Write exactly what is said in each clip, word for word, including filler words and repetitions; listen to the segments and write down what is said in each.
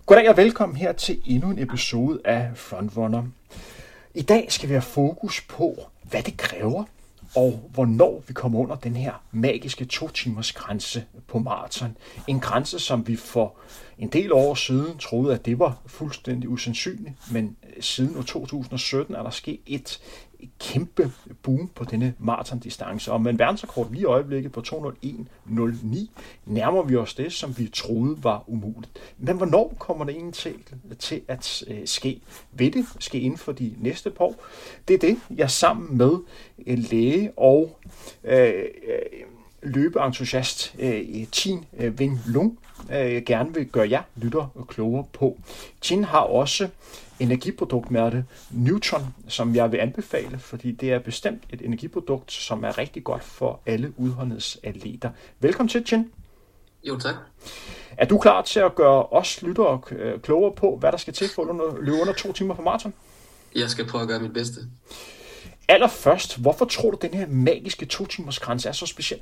Goddag og velkommen her til endnu en episode af Frontrunner. I dag skal vi have fokus på, hvad det kræver, og hvornår vi kommer under den her magiske to timers grænse på maraton. En grænse, som vi for en del år siden troede, at det var fuldstændig usandsynligt, men siden år to tusind og sytten er der sket et kæmpe boom på denne maratondistance. Og med en verdensrekord lige i øjeblikket på to nul en nul ni nærmer vi os det, som vi troede var umuligt. Men hvornår kommer det egentlig til, til at øh, ske? Vil det ske inden for de næste par år? Det er det, jeg sammen med en læge og øh, løbeentusiast øh, Tin Wing Lung øh, gerne vil gøre jer lytter klogere på. Tin har også energiproduktmærket Newton, som jeg vil anbefale, fordi det er bestemt et energiprodukt, som er rigtig godt for alle udholdenhedsatleter. Velkommen til, Tin. Jo, tak. Er du klar til at gøre os lyttere klogere på, hvad der skal til for at løbe under to timer på maraton? Jeg skal prøve at gøre mit bedste. Allerførst, hvorfor tror du, at den her magiske to timers grænse er så speciel?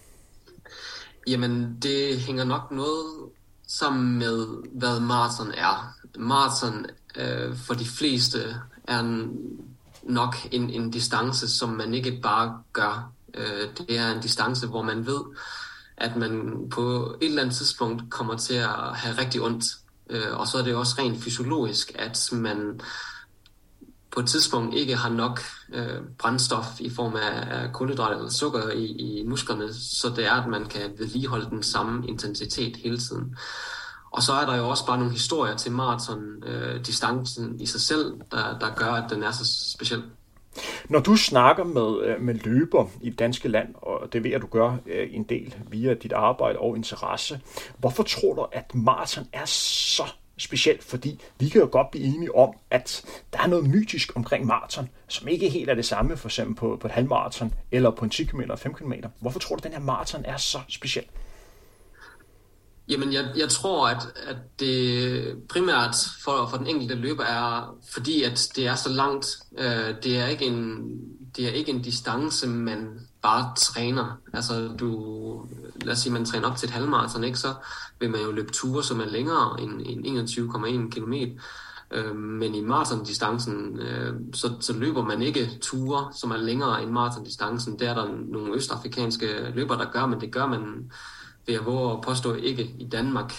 Jamen, det hænger nok noget sammen med, hvad maraton er. Maraton øh, for de fleste er en, nok en, en distance, som man ikke bare gør. Øh, det er en distance, hvor man ved, at man på et eller andet tidspunkt kommer til at have rigtig ondt. Øh, og så er det også rent fysiologisk, at man på et tidspunkt ikke har nok øh, brændstof i form af kulhydrat eller sukker i, i musklerne, så det er, at man kan vedligeholde den samme intensitet hele tiden. Og så er der jo også bare nogle historier til maraton-distancen øh, i sig selv, der, der gør, at den er så speciel. Når du snakker med, med løber i det danske land, og det ved jeg, du gør øh, en del via dit arbejde og interesse, hvorfor tror du, at maraton er så specielt? Fordi vi kan jo godt blive enige om, at der er noget mytisk omkring maraton, som ikke helt er det samme for eksempel på, på et halvmaraton eller på en ti kilometer og fem kilometer. Hvorfor tror du, at den her maraton er så speciel? Jamen, jeg, jeg tror, at, at det primært for, for den enkelte løber er, fordi at det er så langt. Øh, det er ikke en, det er ikke en distance, man bare træner. Altså, du, lad os sige, man træner op til et halvmaraton, ikke? Så vil man jo løbe ture, som er længere end, end enogtyve komma en kilometer. Øh, men i maratondistancen, øh, så, så løber man ikke ture, som er længere end maratondistancen. Der er der nogle østafrikanske løbere, der gør, men det gør man, vil jeg våge at påstå, ikke i Danmark.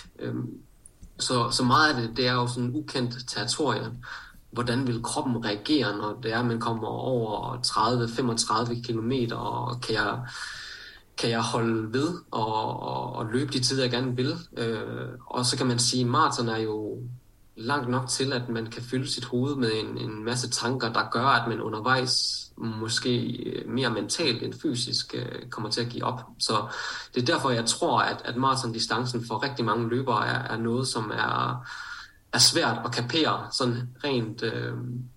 Så, så meget af det, det er jo sådan ukendt territorie. Hvordan vil kroppen reagere, når det er, at man kommer over tredive til femogtredive kilometer, og kan jeg, kan jeg holde ved og, og, og løbe de tider, jeg gerne vil. Og så kan man sige, at maraton er jo langt nok til, at man kan fylde sit hoved med en, en masse tanker, der gør, at man undervejs måske mere mentalt end fysisk kommer til at give op. Så det er derfor, jeg tror, at, at maratondistancen for rigtig mange løbere er, er noget, som er, er svært at kapere sådan rent øh,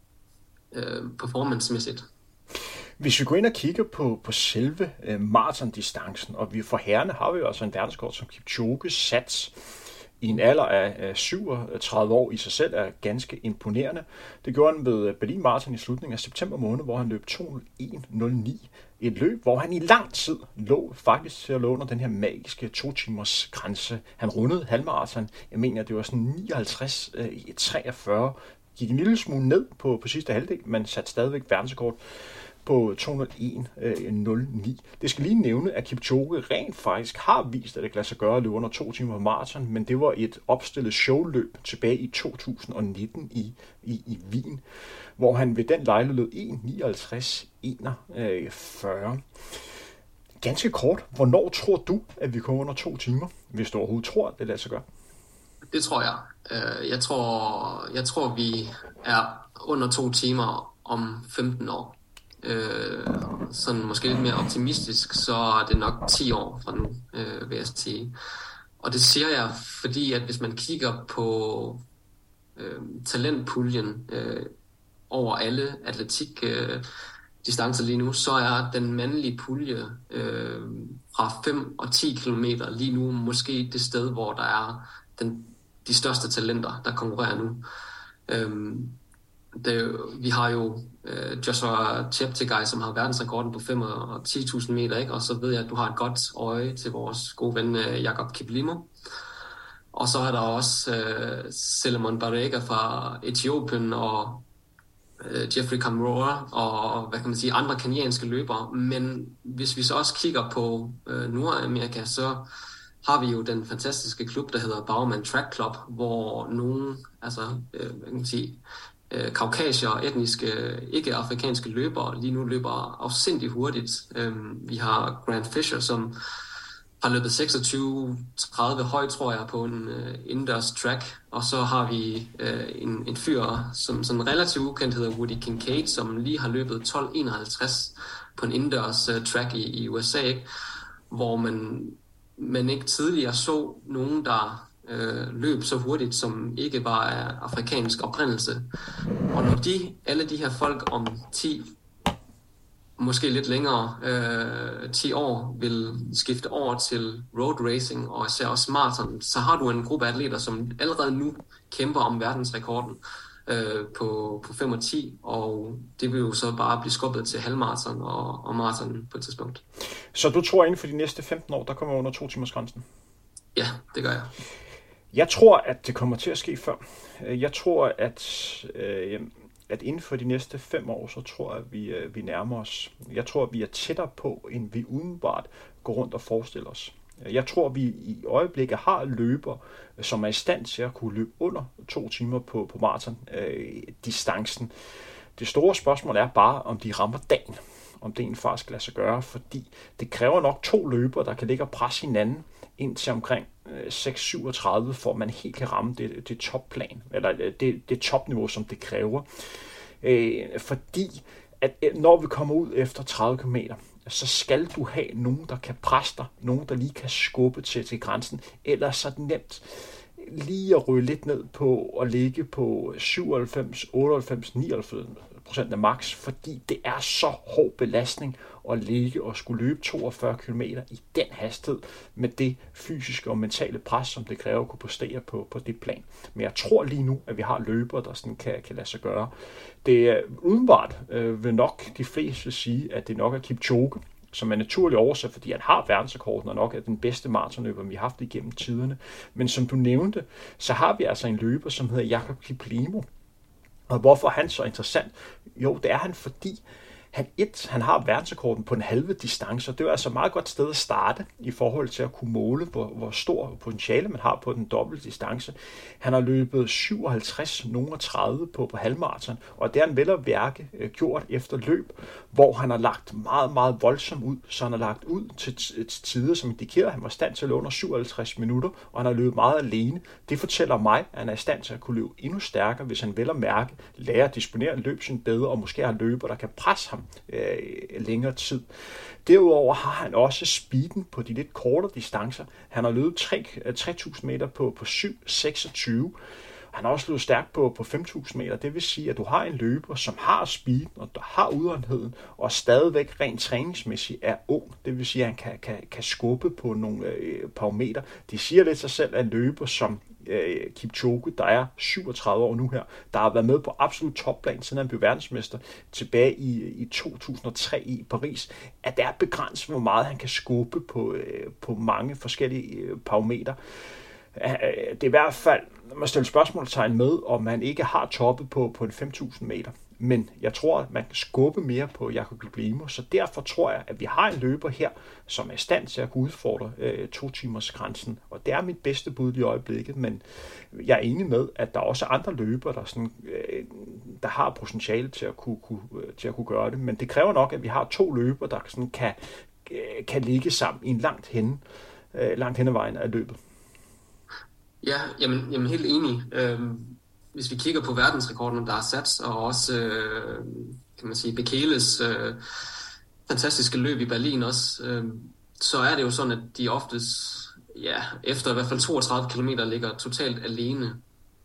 øh, performancemæssigt. Hvis vi går ind og kigger på, på selve øh, maratondistancen, og vi for herrene har vi jo altså en verdenskort, som Kipchoge sat i en alder af syvogtredive år i sig selv, er ganske imponerende. Det gjorde han ved Berlin Marathon i slutningen af september måned, hvor han løb to nul en nul ni. Et løb, hvor han i lang tid lå faktisk til at lå under den her magiske to timers grænse. Han rundede halvmarathon. Jeg mener, det var sådan nioghalvtreds treogfyrre. Gik en lille smule ned på, på sidste halvdel, men satte stadigvæk verdensrekord på to nul en nul ni. Det skal lige nævne, at Kipchoge rent faktisk har vist, at det kan lade sig gøre at løbe under to timer på maraton, men det var et opstillet showløb tilbage i to tusind og nitten i, i, i Wien, hvor han ved den lejlighed løb en nioghalvtreds enogfyrre. Ganske kort, hvornår tror du, at vi kommer under to timer, hvis du overhovedet tror, at det lader sig gøre? Det tror jeg. Jeg tror, jeg tror vi er under to timer om femten år. Øh, sådan måske lidt mere optimistisk, så er det nok ti år fra nu, øh, vil jeg sige. Og det siger jeg, fordi at hvis man kigger på øh, talentpuljen øh, over alle atletik øh, distancer lige nu, så er den mandlige pulje øh, fra fem og ti kilometer lige nu måske det sted, hvor der er den, de største talenter, der konkurrerer nu. Øh, Det, vi har jo øh, Joshua Cheptegei, som har verdensrekorden på fem og ti tusind meter, ikke? Og så ved jeg, at du har et godt øje til vores gode ven øh, Jakob Kiplimo. Og så er der også øh, Selemon Barega fra Etiopien og øh, Jeffrey Kamworor og hvad kan man sige, andre kenyanske løbere. Men hvis vi så også kigger på øh, Nordamerika, så har vi jo den fantastiske klub, der hedder Bowerman Track Club, hvor nogle, altså, øh, hvad kan man sige, øh, kaukasier og etniske, ikke-afrikanske løbere lige nu løber afsindigt hurtigt. Øh, vi har Grant Fisher, som har løbet seksogtyve tredive højt, tror jeg, på en øh, indendørs track. Og så har vi øh, en, en fyr, som sådan relativt ukendt hedder Woody Kincaid, som lige har løbet tolv enoghalvtreds på en indendørs øh, track i, i U S A, ikke? Hvor man, man ikke tidligere så nogen, der øh, løb så hurtigt, som ikke var af afrikansk oprindelse. Og når de, alle de her folk om ti måske lidt længere, øh, ti år, vil skifte over til road racing og især også maraton, så har du en gruppe atleter, som allerede nu kæmper om verdensrekorden øh, på, på fem og ti, og det vil jo så bare blive skubbet til halvmaraton og, og maraton på et tidspunkt. Så du tror inden for de næste femten år, der kommer under to timers grænsen? Ja, det gør jeg. Jeg tror, at det kommer til at ske før. Jeg tror, at... Øh, at inden for de næste fem år, så tror jeg, at vi, vi nærmer os. Jeg tror, at vi er tættere på, end vi umiddelbart går rundt og forestiller os. Jeg tror, at vi i øjeblikket har løber, som er i stand til at kunne løbe under to timer på, på maraton-distancen. Det store spørgsmål er bare, om de rammer dagen, om det egentlig faktisk lader sig gøre, fordi det kræver nok to løber, der kan ligge og presse hinanden indtil omkring seks syvogtredive, for at man helt kan ramme det, det topplan, eller det, det topniveau, som det kræver. Øh, fordi at når vi kommer ud efter tredive kilometer, så skal du have nogen, der kan presse dig, nogen, der lige kan skubbe til, til grænsen, ellers så er det nemt lige at ryge lidt ned på at ligge på syvoghalvfems, otteoghalvfems, nioghalvfems procent af max, fordi det er så hård belastning at ligge og skulle løbe toogfyrre kilometer i den hastighed med det fysiske og mentale pres, som det kræver at kunne præstere på, på det plan. Men jeg tror lige nu, at vi har løbere, der sådan kan, kan lade sig gøre. Det er udenbart øh, vil nok de fleste sige, at det nok er Kipchoge, som er naturlig årsag, fordi han har verdensrekorden og nok er den bedste maratonløber, vi har haft igennem tiderne. Men som du nævnte, så har vi altså en løber, som hedder Jakob Kiplimo. Og hvorfor er han så interessant? Jo, det er han, fordi han, et, han har verdensrekorden på en halve distance, og det er altså et meget godt sted at starte i forhold til at kunne måle, hvor, hvor stor potentiale man har på den dobbelte distance. Han har løbet syvoghalvtreds tredive på, på halvmaraton, og det er han vel at værke øh, gjort efter løb, hvor han har lagt meget, meget voldsomt ud, så han har lagt ud til, til tider, som indikerer, at han var i stand til at løbe under syvoghalvtreds minutter, og han har løbet meget alene. Det fortæller mig, at han er i stand til at kunne løbe endnu stærkere, hvis han vel at mærke, lærer at disponere løbsyn bedre, og måske har løber, der kan presse ham øh, længere tid. Derudover har han også speeden på de lidt kortere distancer. Han har løbet tre tusind meter på, på syv seksogtyve. Han har også løbet stærkt på, på fem tusind meter. Det vil sige, at du har en løber, som har speeden, og der har udholdenheden, og stadigvæk rent træningsmæssigt er ung. Det vil sige, at han kan, kan, kan skubbe på nogle øh, par meter. Det siger lidt sig selv, at en løber som øh, Kipchoge, der er syvogtredive år nu her, der har været med på absolut topplan, siden han blev verdensmester tilbage i, i to tusind og tre i Paris, at det er begrænset, hvor meget han kan skubbe på, øh, på mange forskellige øh, parametre. Det er i hvert fald, man stiller spørgsmålstegn med, om man ikke har toppet på, på en fem tusind meter. Men jeg tror, at man kan skubbe mere på Jakob Kiplimo, så derfor tror jeg, at vi har en løber her, som er i stand til at kunne udfordre øh, to timers grænsen. Og det er mit bedste bud i øjeblikket, men jeg er enig med, at der er også andre løber, der, sådan, øh, der har potentiale til at kunne, kunne, øh, til at kunne gøre det. Men det kræver nok, at vi har to løber, der sådan kan, øh, kan ligge sammen i en langt henne, øh, langt hen ad vejen af løbet. Ja, jamen, jamen helt enig. Øhm, hvis vi kigger på verdensrekorden, der er sat, og også, øh, kan man sige, Bekeles øh, fantastiske løb i Berlin også, øh, så er det jo sådan, at de oftest, ja, efter i hvert fald toogtredive kilometer ligger totalt alene.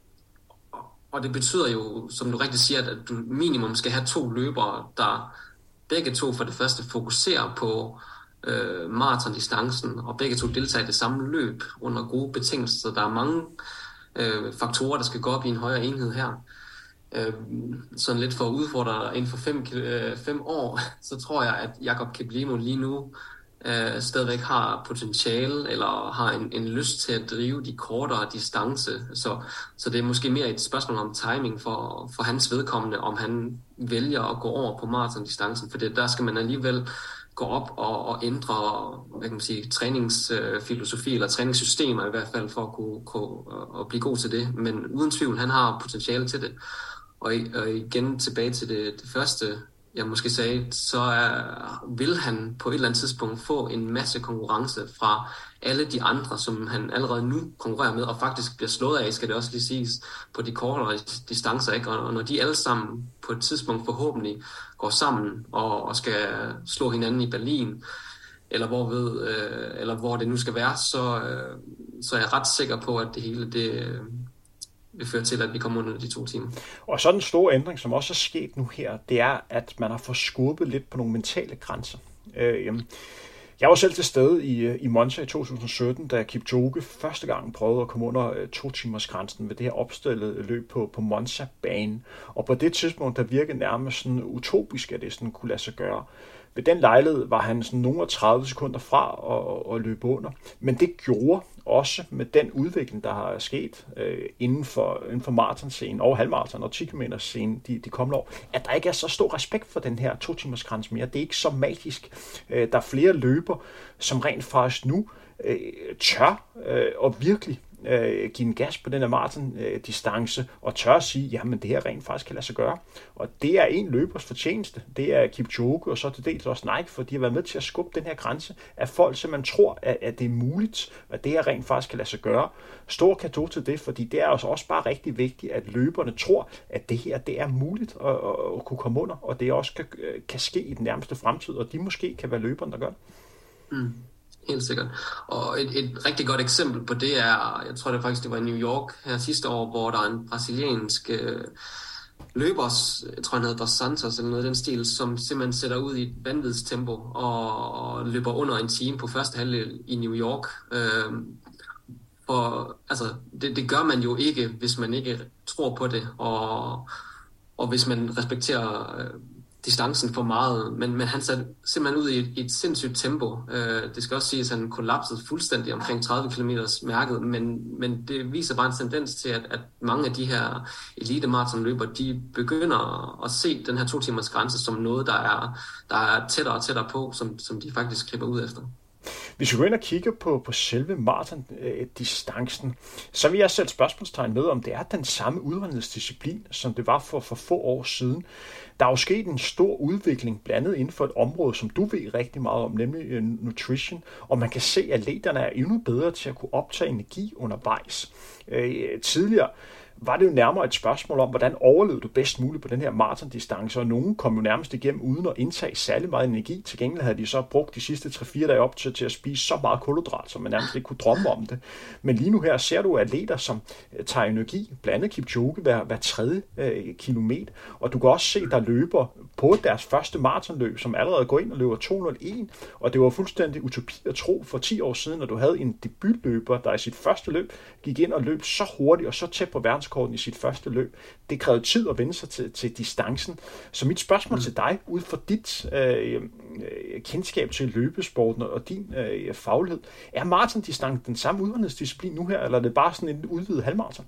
Og det betyder jo, som du rigtig siger, at du minimum skal have to løbere, der begge to for det første fokuserer på øh, maratondistancen, og begge to deltager i det samme løb under gode betingelser. Der er mange øh, faktorer, der skal gå op i en højere enhed her. Øh, sådan lidt for at udfordre dig inden for fem, øh, fem år, så tror jeg, at Jakob Kiplimo lige nu øh, stadigvæk har potentiale eller har en, en lyst til at drive de kortere distance. Så, så det er måske mere et spørgsmål om timing for, for hans vedkommende, om han vælger at gå over på maratondistancen, for det, der skal man alligevel gå op og, og ændre, hvad kan man sige, træningsfilosofi eller træningssystemer i hvert fald for at kunne, kunne at blive god til det. Men uden tvivl, han har potentiale til det. Og, og igen tilbage til det, det første, jeg måske sagde, så er, vil han på et eller andet tidspunkt få en masse konkurrence fra alle de andre, som han allerede nu konkurrerer med, og faktisk bliver slået af, skal det også lige siges, på de kortere distancer. Ikke? Og når de alle sammen på et tidspunkt forhåbentlig går sammen og, og skal slå hinanden i Berlin, eller hvor, ved, øh, eller hvor det nu skal være, så, øh, så er jeg ret sikker på, at det hele det... Øh, det fører til, at vi kommer under de to timer. Og så den store ændring, som også er sket nu her, det er, at man har fået skubbet lidt på nogle mentale grænser. Øh, jeg var selv til stede i, i Monza i to tusind sytten, da Kipchoge første gang prøvede at komme under øh, to timers grænsen ved det her opstillede løb på, på Monza-banen. Og på det tidspunkt, der virkede nærmest sådan utopisk, at det sådan kunne lade sig gøre. Ved den lejlighed var han sådan nogle tredive sekunder fra at, at løbe under. Men det gjorde også med den udvikling, der har sket øh, inden for, inden for maratonscenen og halvmaraton og ti kilometer scenen de, de kommende år, at der ikke er så stor respekt for den her to timers grænse mere. Det er ikke så magisk. Øh, der er flere løber, som rent faktisk nu øh, tør øh, og virkelig øh, give en gas på den her maratondistance, øh, og tør at sige, jamen det her rent faktisk kan lade sig gøre. Og det er en løbers fortjeneste. Det er Kipchoge, og så til dels også Nike, for de har været med til at skubbe den her grænse, at folk simpelthen tror, at, at det er muligt, at det her rent faktisk kan lade sig gøre. Stor cadeau til det, fordi det er altså også bare rigtig vigtigt, at løberne tror, at det her det er muligt at, at, at kunne komme under, og det også kan, kan ske i den nærmeste fremtid, og de måske kan være løberne, der gør det. Mm. Helt sikkert. Og et, et rigtig godt eksempel på det er, jeg tror det faktisk det var i New York her sidste år, hvor der er en brasiliansk øh, løber, jeg tror han hedder Dos Santos eller noget i den stil, som simpelthen sætter ud i et vanvidstempo og, og løber under en time på første halvdel i New York. Øh, og altså, det, det gør man jo ikke, hvis man ikke tror på det, og, og hvis man respekterer øh, distancen for meget, men, men han satte simpelthen ud i et, et sindssygt tempo. Øh, det skal også siges, at han kollapsede fuldstændig omkring tredive kilometer mærket, men, men det viser bare en tendens til, at, at mange af de her elite-maratonløbere, de begynder at se den her to timers grænse som noget, der er, der er tættere og tættere på, som, som de faktisk griber ud efter. Hvis vi går ind og kigger på, på selve maratondistancen, så vil jeg sætte spørgsmålstegn med, om det er den samme udholdenhedsdisciplin, som det var for, for få år siden. Der er jo sket en stor udvikling, blandt andet inden for et område, som du ved rigtig meget om, nemlig nutrition, og man kan se, at atleterne er endnu bedre til at kunne optage energi undervejs. Øh, tidligere var det jo nærmere et spørgsmål om, hvordan overlevede du bedst muligt på den her maratondistance, og nogen kom jo nærmest igennem uden at indtage særlig meget energi. Til gengæld havde de så brugt de sidste tre fire dage op til, til at spise så meget kulhydrat, som man nærmest ikke kunne drømme om det. Men lige nu her ser du atleter, som tager energi, blandt andet Kipchoge, hver, hver tredje øh, kilometer, og du kan også se, der løber på deres første maratonløb, som allerede går ind og løber to nul en, og det var fuldstændig utopi at tro for ti år siden, når du havde en debutløber, der i sit første løb gik ind og løb så hurtigt og så tæt på verdensrekorden i sit første løb. Det krævede tid at vende sig til, til distancen. Så mit spørgsmål mm. til dig, ud fra dit øh, kendskab til løbesporten og din øh, faglighed, er maratondistancen den samme udholdenhedsdisciplin nu her, eller er det bare sådan en udvidet halvmaraton?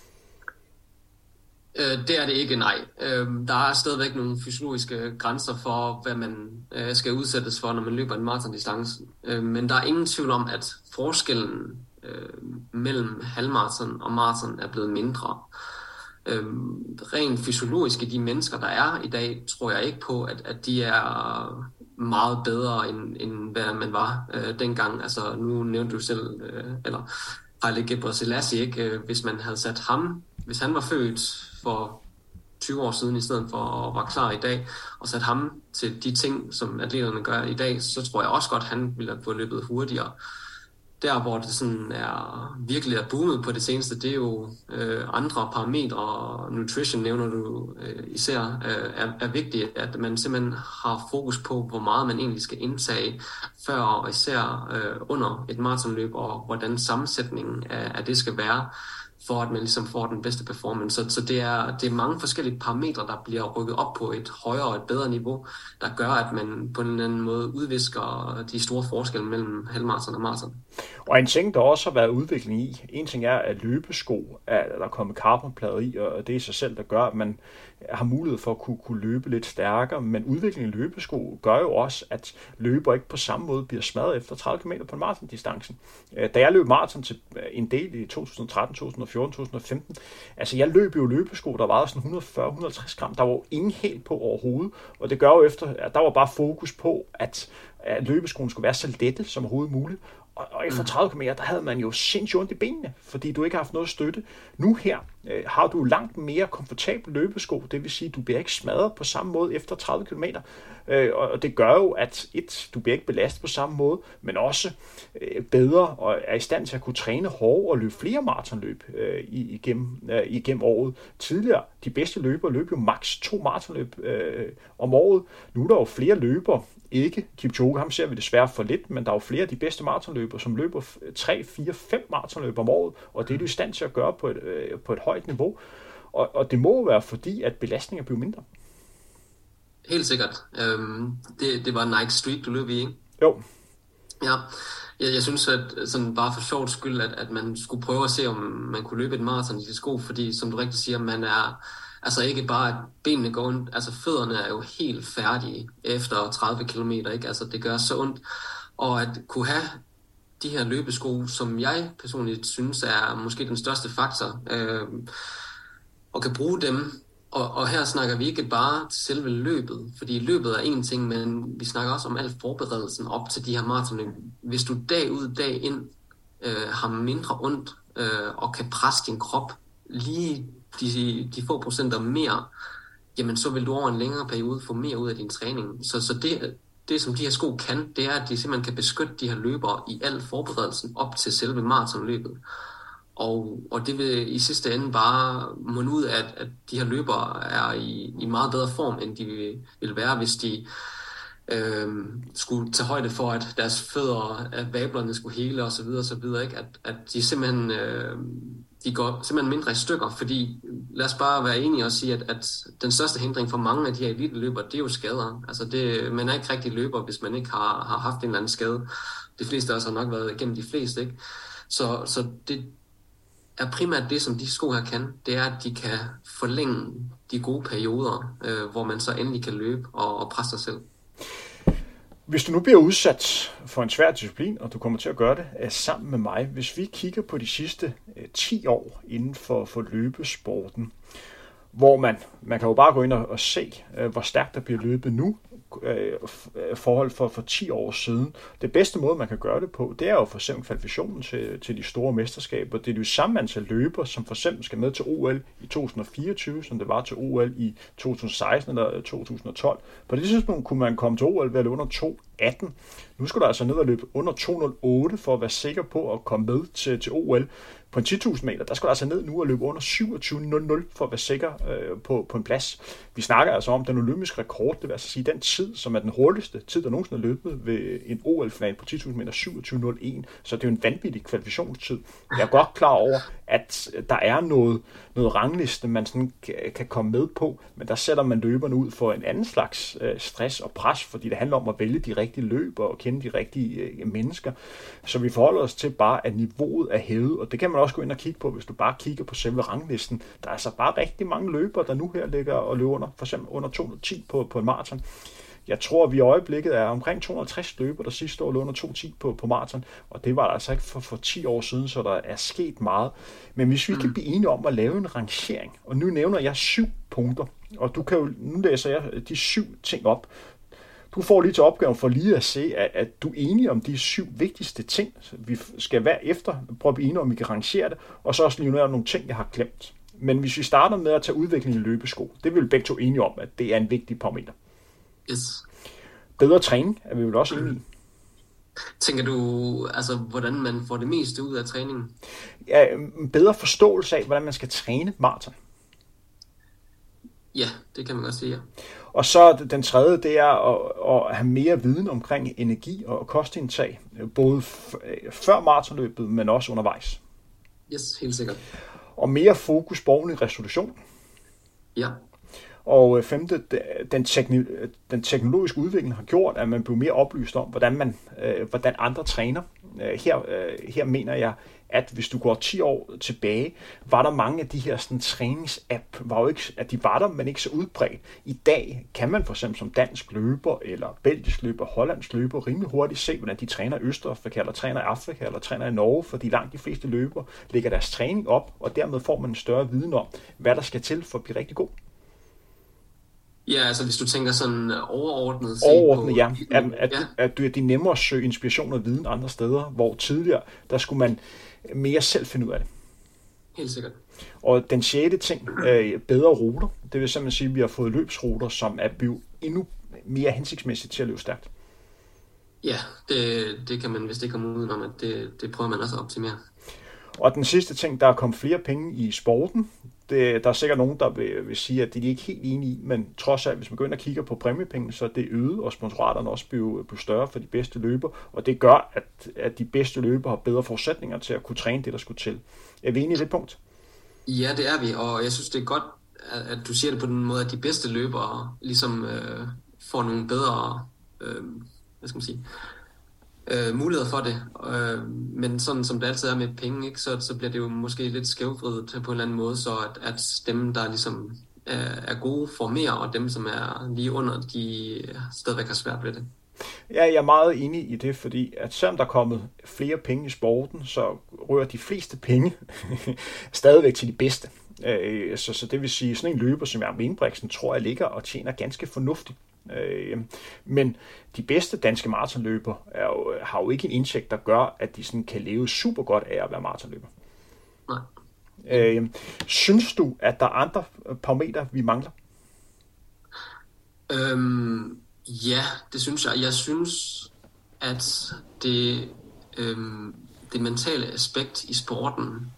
Det er det ikke, nej. Der er stadigvæk nogle fysiologiske grænser for, hvad man skal udsættes for, når man løber en maratondistance. Men der er ingen tvivl om, at forskellen mellem halvmaraton og maraton er blevet mindre. Rent fysiologisk i de mennesker, der er i dag, tror jeg ikke på, at, at de er meget bedre, end, end hvad man var øh, dengang. Altså, nu nævnte du selv, øh, eller Haile Gebrselassie, ikke? Hvis man havde sat ham, hvis han var født for tyve år siden, i stedet for at være klar i dag, og sat ham til de ting, som atleterne gør i dag, så tror jeg også godt, at han ville have fået løbet hurtigere. Der, hvor det sådan er virkelig er boomet på det seneste, det er jo øh, andre parametre. Nutrition nævner du øh, især, øh, er, er vigtigt, at man simpelthen har fokus på, hvor meget man egentlig skal indtage før og især øh, under et maratonløb, og hvordan sammensætningen af, af det skal være. for at man ligesom får den bedste performance. Så, så det, er, det er mange forskellige parametre, der bliver rykket op på et højere og et bedre niveau, der gør, at man på en eller anden måde udvisker de store forskelle mellem halvmaraton og maraton. Og en ting, der også har været udvikling i, en ting er, at løbesko er der er kommet carbonplader i, og det er sig selv, der gør, at man har mulighed for at kunne, kunne løbe lidt stærkere, men udviklingen i løbesko gør jo også, at løber ikke på samme måde bliver smadret efter tredive kilometer på en maratondistancen. Da jeg løb maraton til en del i to tusind og tretten, to tusind og fjorten, to tusind og femten, altså jeg løb jo løbesko, der var sådan et hundrede og fyrre til et hundrede og halvtreds gram, der var jo ingen hæl på overhovedet, og det gør jo efter, at der var bare fokus på, at, at løbeskoen skulle være så lette som overhovedet muligt. Og efter tredive kilometer, der havde man jo sindssygt ondt i benene, fordi du ikke har haft noget støtte. Nu her øh, har du langt mere komfortabel løbesko, det vil sige, at du bliver ikke smadret på samme måde efter tredive kilometer. Øh, og det gør jo, at et, du bliver ikke belastet på samme måde, men også øh, bedre og er i stand til at kunne træne hårdere og løbe flere maratonløb øh, igennem, øh, igennem året. Tidligere, de bedste løbere løb jo maks to maratonløb øh, om året. Nu er der jo flere løbere. Ikke Kipchoge, ham ser vi desværre for lidt, men der er jo flere af de bedste maratonløbere, som løber tre, fire, fem maratonløb om året, og det er du i stand til at gøre på et, øh, på et højt niveau. Og, og det må være fordi, at belastningen bliver mindre. Helt sikkert. Øhm, det, det var Nike Street, du løb i, ikke? Jo. Ja, jeg, jeg synes, at sådan bare for sjovt skyld, at, at man skulle prøve at se, om man kunne løbe et maraton i de sko, fordi som du rigtig siger, man er... Altså ikke bare, at benene går ondt, altså fødderne er jo helt færdige efter tredive kilometer, ikke? Altså det gør så ondt. Og at kunne have de her løbesko, som jeg personligt synes er måske den største faktor, øh, og kan bruge dem, og, og her snakker vi ikke bare til selve løbet, fordi løbet er en ting, men vi snakker også om al forberedelsen op til de her maratonløb. Hvis du dag ud, dag ind øh, har mindre ondt, øh, og kan presse din krop lige de, de få procenter mere, jamen så vil du over en længere periode få mere ud af din træning. Så, så det, det, som de her sko kan, det er, at de simpelthen kan beskytte de her løbere i al forberedelsen op til selve maratonløbet. Og, og det vil i sidste ende bare munde ud af, at, at de her løbere er i, i meget bedre form, end de vil, vil være, hvis de øh, skulle tage højde for, at deres fødder, at vablerne skulle hele osv. osv. Ikke? At, at de simpelthen... Øh, de går simpelthen mindre i stykker, fordi lad os bare være enige og sige, at, at den største hindring for mange af de her eliteløbere, det er jo skader. Altså det, man er ikke rigtig løber, hvis man ikke har, har haft en eller anden skade. De fleste af os har nok været igennem de fleste, ikke? Så, så det er primært det, som de sko her kan, det er, at de kan forlænge de gode perioder, øh, hvor man så endelig kan løbe og, og presse sig selv. Hvis du nu bliver udsat for en svær disciplin, og du kommer til at gøre det sammen med mig, hvis vi kigger på de sidste ti år inden for, for løbesporten, hvor man, man kan jo bare gå ind og, og se, hvor stærkt der bliver løbet nu, forhold for, for ti år siden. Det bedste måde, man kan gøre det på, det er jo for eksempel kvalifikationen til, til de store mesterskaber. Det er jo samme antal løber, som for eksempel skal med til O L i to tusind og fireogtyve, som det var til O L i to tusind og seksten eller to tusind og tolv. På det tidspunkt kunne man komme til O L ved at løbe under to atten. Nu skal du altså ned og løbe under to nul otte for at være sikker på at komme med til, til O L. På en ti tusind meter, der skal du altså ned nu og løbe under syvogtyve nul nul for at være sikker øh, på, på en plads. Vi snakker altså om den olympiske rekord, det vil altså sige den tid, som er den hurtigste tid, der nogensinde er løbet ved en O L-final på ti tusind meter, syvogtyve nul en. Så det er jo en vanvittig kvalifikationstid. Jeg er godt klar over, at der er noget, noget rangliste, man sådan kan komme med på, men der sætter man løberne ud for en anden slags øh, stress og pres, fordi det handler om at vælge de rigtige løber og kende de rigtige øh, mennesker. Så vi forholder os til bare, at niveauet er hævet, og det kan man også gå ind og kigge på, hvis du bare kigger på selve ranglisten. Der er altså bare rigtig mange løbere, der nu her ligger og løber under, for eksempel under to hundrede og ti på, på en maraton. Jeg tror, at vi i øjeblikket er omkring to hundrede og halvtreds løbere, der sidste år lå under to hundrede og ti på, på maraton, og det var der altså ikke for, for ti år siden, så der er sket meget. Men hvis vi kan blive enige om at lave en rangering, og nu nævner jeg syv punkter, og du kan jo, nu læser jeg de syv ting op. Du får lige til opgaven for lige at se, at, at du er enig om de syv vigtigste ting, vi skal være efter, prøve at blive enige om, vi kan rangere det, og så også lige nævne nogle ting, jeg har glemt. Men hvis vi starter med at tage udvikling i løbesko, det vil vi begge to enige om, at det er en vigtig parameter. Yes. Bedre træning er vi vel også enige i. Tænker du, altså, hvordan man får det meste ud af træningen? Ja, bedre forståelse af, hvordan man skal træne maraton. Ja, det kan man godt sige, ja. Og så den tredje, det er at, at have mere viden omkring energi og kostindtag, både f- før maratonløbet, men også undervejs. Yes, helt sikkert. Og mere fokus på ordentlig restitution. Ja. Og femte, den, tekni- den teknologiske udvikling har gjort, at man bliver mere oplyst om, hvordan, man, øh, hvordan andre træner. Her, øh, her mener jeg, at hvis du går ti år tilbage, var der mange af de her sådan, træningsapp, var jo ikke, at de var der, men ikke så udbredt. I dag kan man for eksempel som dansk løber, eller belgisk løber, hollandsk løber, rimelig hurtigt se, hvordan de træner i Østafrika, eller træner i Afrika, eller træner i Norge, fordi langt de fleste løber lægger deres træning op, og dermed får man en større viden om, hvad der skal til for at blive rigtig god. Ja, altså hvis du tænker sådan overordnet. Overordnet, på, ja. At, at, ja. at det er nemmere at søge inspiration og viden andre steder, hvor tidligere, der skulle man mere selv finde ud af det. Helt sikkert. Og den sjette ting, øh, bedre ruter. Det vil simpelthen sige, at vi har fået løbsruter, som er blevet endnu mere hensigtsmæssigt til at løbe stærkt. Ja, det, det kan man vist ikke komme udenom, at det, det prøver man også at optimere. Og den sidste ting, der er kommet flere penge i sporten. Det, der er sikkert nogen, der vil, vil sige, at det er de ikke helt enige i, men trods alt, hvis man går ind og kigger på præmiepenge, så er det øget, og sponsoraterne også bliver, bliver større for de bedste løber, og det gør, at, at de bedste løber har bedre forudsætninger til at kunne træne det, der skulle til. Er vi enige i det punkt? Ja, det er vi, og jeg synes, det er godt, at du siger det på den måde, at de bedste løbere ligesom øh, får nogle bedre, øh, hvad skal man sige, Øh, muligheder for det, øh, men sådan som det altid er med penge, ikke, så, så bliver det jo måske lidt skævvridet på en eller anden måde, så at, at dem, der ligesom er, er gode, får mere, og dem, som er lige under, de stadigvæk har svært ved det. Ja, jeg er meget enig i det, fordi at selvom der er kommet flere penge i sporten, så rører de fleste penge stadigvæk til de bedste. Øh, så, så det vil sige, sådan en løber som Jakob Ingebrigtsen, tror jeg ligger og tjener ganske fornuftigt. Øh, men de bedste danske maratonløber er jo, har jo ikke en indtægt, der gør, at de sådan kan leve super godt af at være maratonløber. Nej. Øh, synes du, at der er andre parametre, vi mangler? Øhm, ja, det synes jeg. Jeg synes, at det, øhm, det mentale aspekt i sporten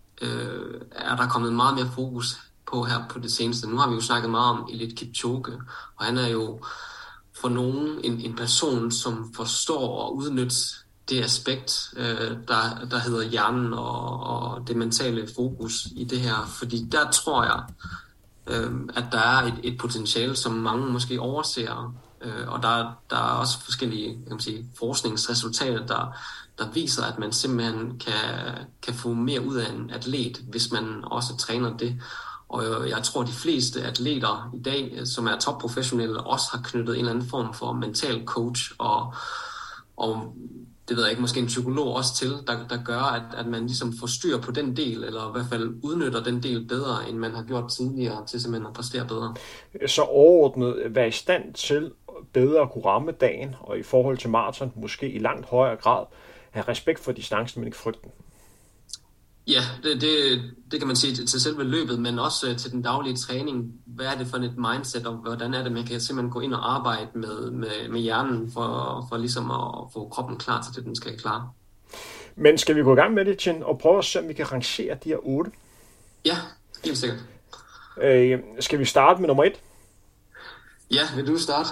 øh, er der kommet meget mere fokus på her på det seneste. Nu har vi jo snakket meget om Eliud Kipchoge, og han er jo for nogen en, en person, som forstår at udnytte det aspekt, øh, der, der hedder hjernen og, og det mentale fokus i det her. Fordi der tror jeg, øh, at der er et, et potentiale, som mange måske overser. Øh, og der, der er også forskellige kan man sige, forskningsresultater, der, der viser, at man simpelthen kan, kan få mere ud af en atlet, hvis man også træner det. Og jeg tror, at de fleste atleter i dag, som er topprofessionelle, også har knyttet en eller anden form for mental coach, og, og det ved jeg ikke, måske en psykolog også til, der, der gør, at, at man ligesom får styr på den del, eller i hvert fald udnytter den del bedre, end man har gjort tidligere, til simpelthen at præstere bedre. Så overordnet være i stand til bedre at kunne ramme dagen, og i forhold til maraton, måske i langt højere grad, have respekt for distancen, men ikke frygten. Ja, det, det, det kan man sige til selve løbet, men også til den daglige træning. Hvad er det for et mindset, og hvordan er det, man kan simpelthen gå ind og arbejde med, med, med hjernen, for, for ligesom at få kroppen klar til det, den skal klare. Men skal vi gå i gang med det, Tjen, og prøve at se, om vi kan rangere de her otte? Ja, helt sikkert. Øh, skal vi starte med nummer et? Ja, vil du starte?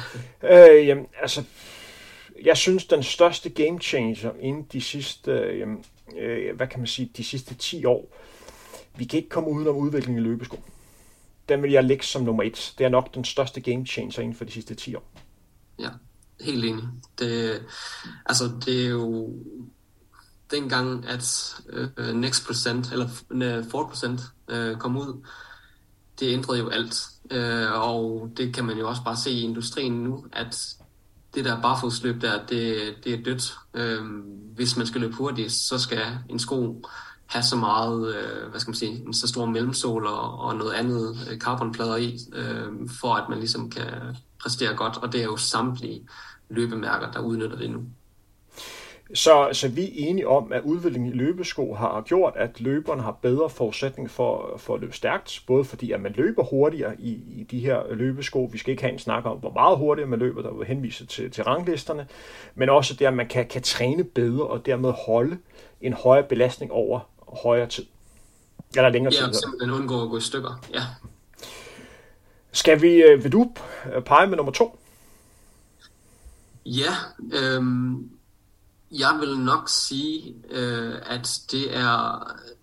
øh, jamen, altså, jeg synes, den største game changer inden de sidste... Øh, Øh, hvad kan man sige, de sidste ti år. Vi kan ikke komme uden om udviklingen i løbesko. Den vil jeg lægge som nummer et. Det er nok den største game changer inden for de sidste ti år. Ja, helt enig. Det, altså, det er jo dengang, at uh, Next Percent, eller fyrre procent uh, kom ud, det ændrede jo alt. Uh, og det kan man jo også bare se i industrien nu, at det der barfodsløb der, det, det er dødt. Øhm, hvis man skal løbe hurtigt, så skal en sko have så meget, øh, hvad skal man sige, en så stor mellemsål og, og noget andet øh, carbonplader i, øh, for at man ligesom kan præstere godt. Og det er jo samtlige løbemærker, der udnytter det nu. Så, så vi er enige om, at udviklingen i løbesko har gjort, at løberne har bedre forudsætning for, for at løbe stærkt, både fordi at man løber hurtigere i, i de her løbesko. Vi skal ikke have en snak om, hvor meget hurtigere man løber, der vil henvise til, til ranglisterne, men også det, at man kan, kan træne bedre og dermed holde en højere belastning over højere tid. Eller længere tid. Ja, simpelthen undgå at gå i stykker. Ja. Skal vi, vil du pege med nummer to? Ja, øhm Jeg vil nok sige, øh, at det er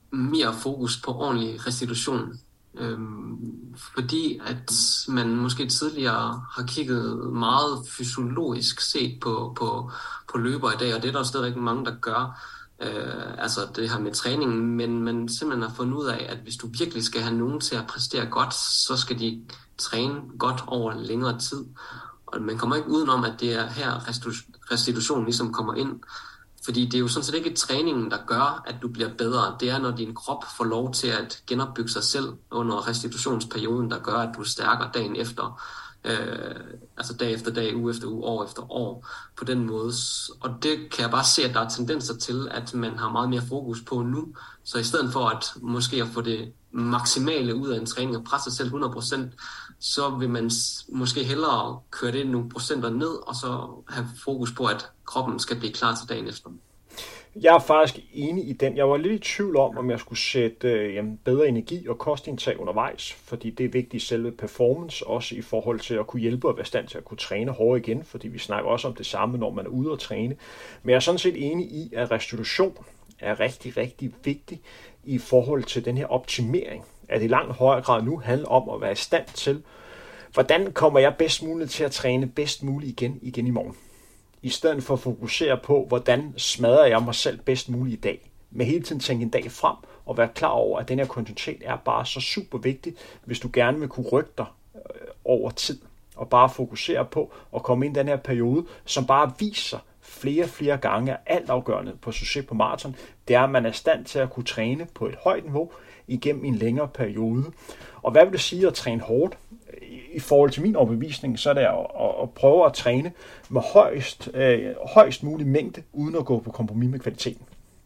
mere fokus på ordentlig restitution. Øhm, fordi at man måske tidligere har kigget meget fysiologisk set på, på, på løber i dag, og det er der stadigvæk mange, der gør, øh, altså det her med træningen, men man simpelthen har fundet ud af, at hvis du virkelig skal have nogen til at præstere godt, så skal de træne godt over en længere tid. Og man kommer ikke udenom, at det er her restitutionen ligesom kommer ind. Fordi det er jo sådan set ikke træningen, der gør, at du bliver bedre. Det er, når din krop får lov til at genopbygge sig selv under restitutionsperioden, der gør, at du er stærkere dagen efter. Øh, altså dag efter dag, uge efter uge, år efter år. På den måde. Og det kan jeg bare se, at der er tendenser til, at man har meget mere fokus på nu. Så i stedet for at måske at få det maksimale ud af en træning og presse sig selv hundrede procent, så vil man måske hellere køre det nogle procenter ned, og så have fokus på, at kroppen skal blive klar til dagen efter. Jeg er faktisk enig i den. Jeg var lidt i tvivl om, om jeg skulle sætte øh, jamen, bedre energi og kostindtag undervejs, fordi det er vigtigt i selve performance, også i forhold til at kunne hjælpe og være i stand til at kunne træne hårdere igen, fordi vi snakker også om det samme, når man er ude at træne. Men jeg er sådan set enig i, at restitution er rigtig, rigtig vigtig i forhold til den her optimering, at det i langt højere grad nu handler om at være i stand til, hvordan kommer jeg bedst muligt til at træne bedst muligt igen, igen i morgen. I stedet for at fokusere på, hvordan smadrer jeg mig selv bedst muligt i dag. Med hele tiden tænke en dag frem og være klar over, at den her kontinuitet er bare så super vigtig, hvis du gerne vil kunne rykke dig over tid. Og bare fokusere på at komme ind i den her periode, som bare viser flere og flere gange er altafgørende på succes på maraton. Det er, at man er i stand til at kunne træne på et højt niveau igennem en længere periode. Og hvad vil det sige at træne hårdt? I forhold til min overbevisning, så er det at, at prøve at træne med højst, øh, højst mulig mængde, uden at gå på kompromis med kvaliteten.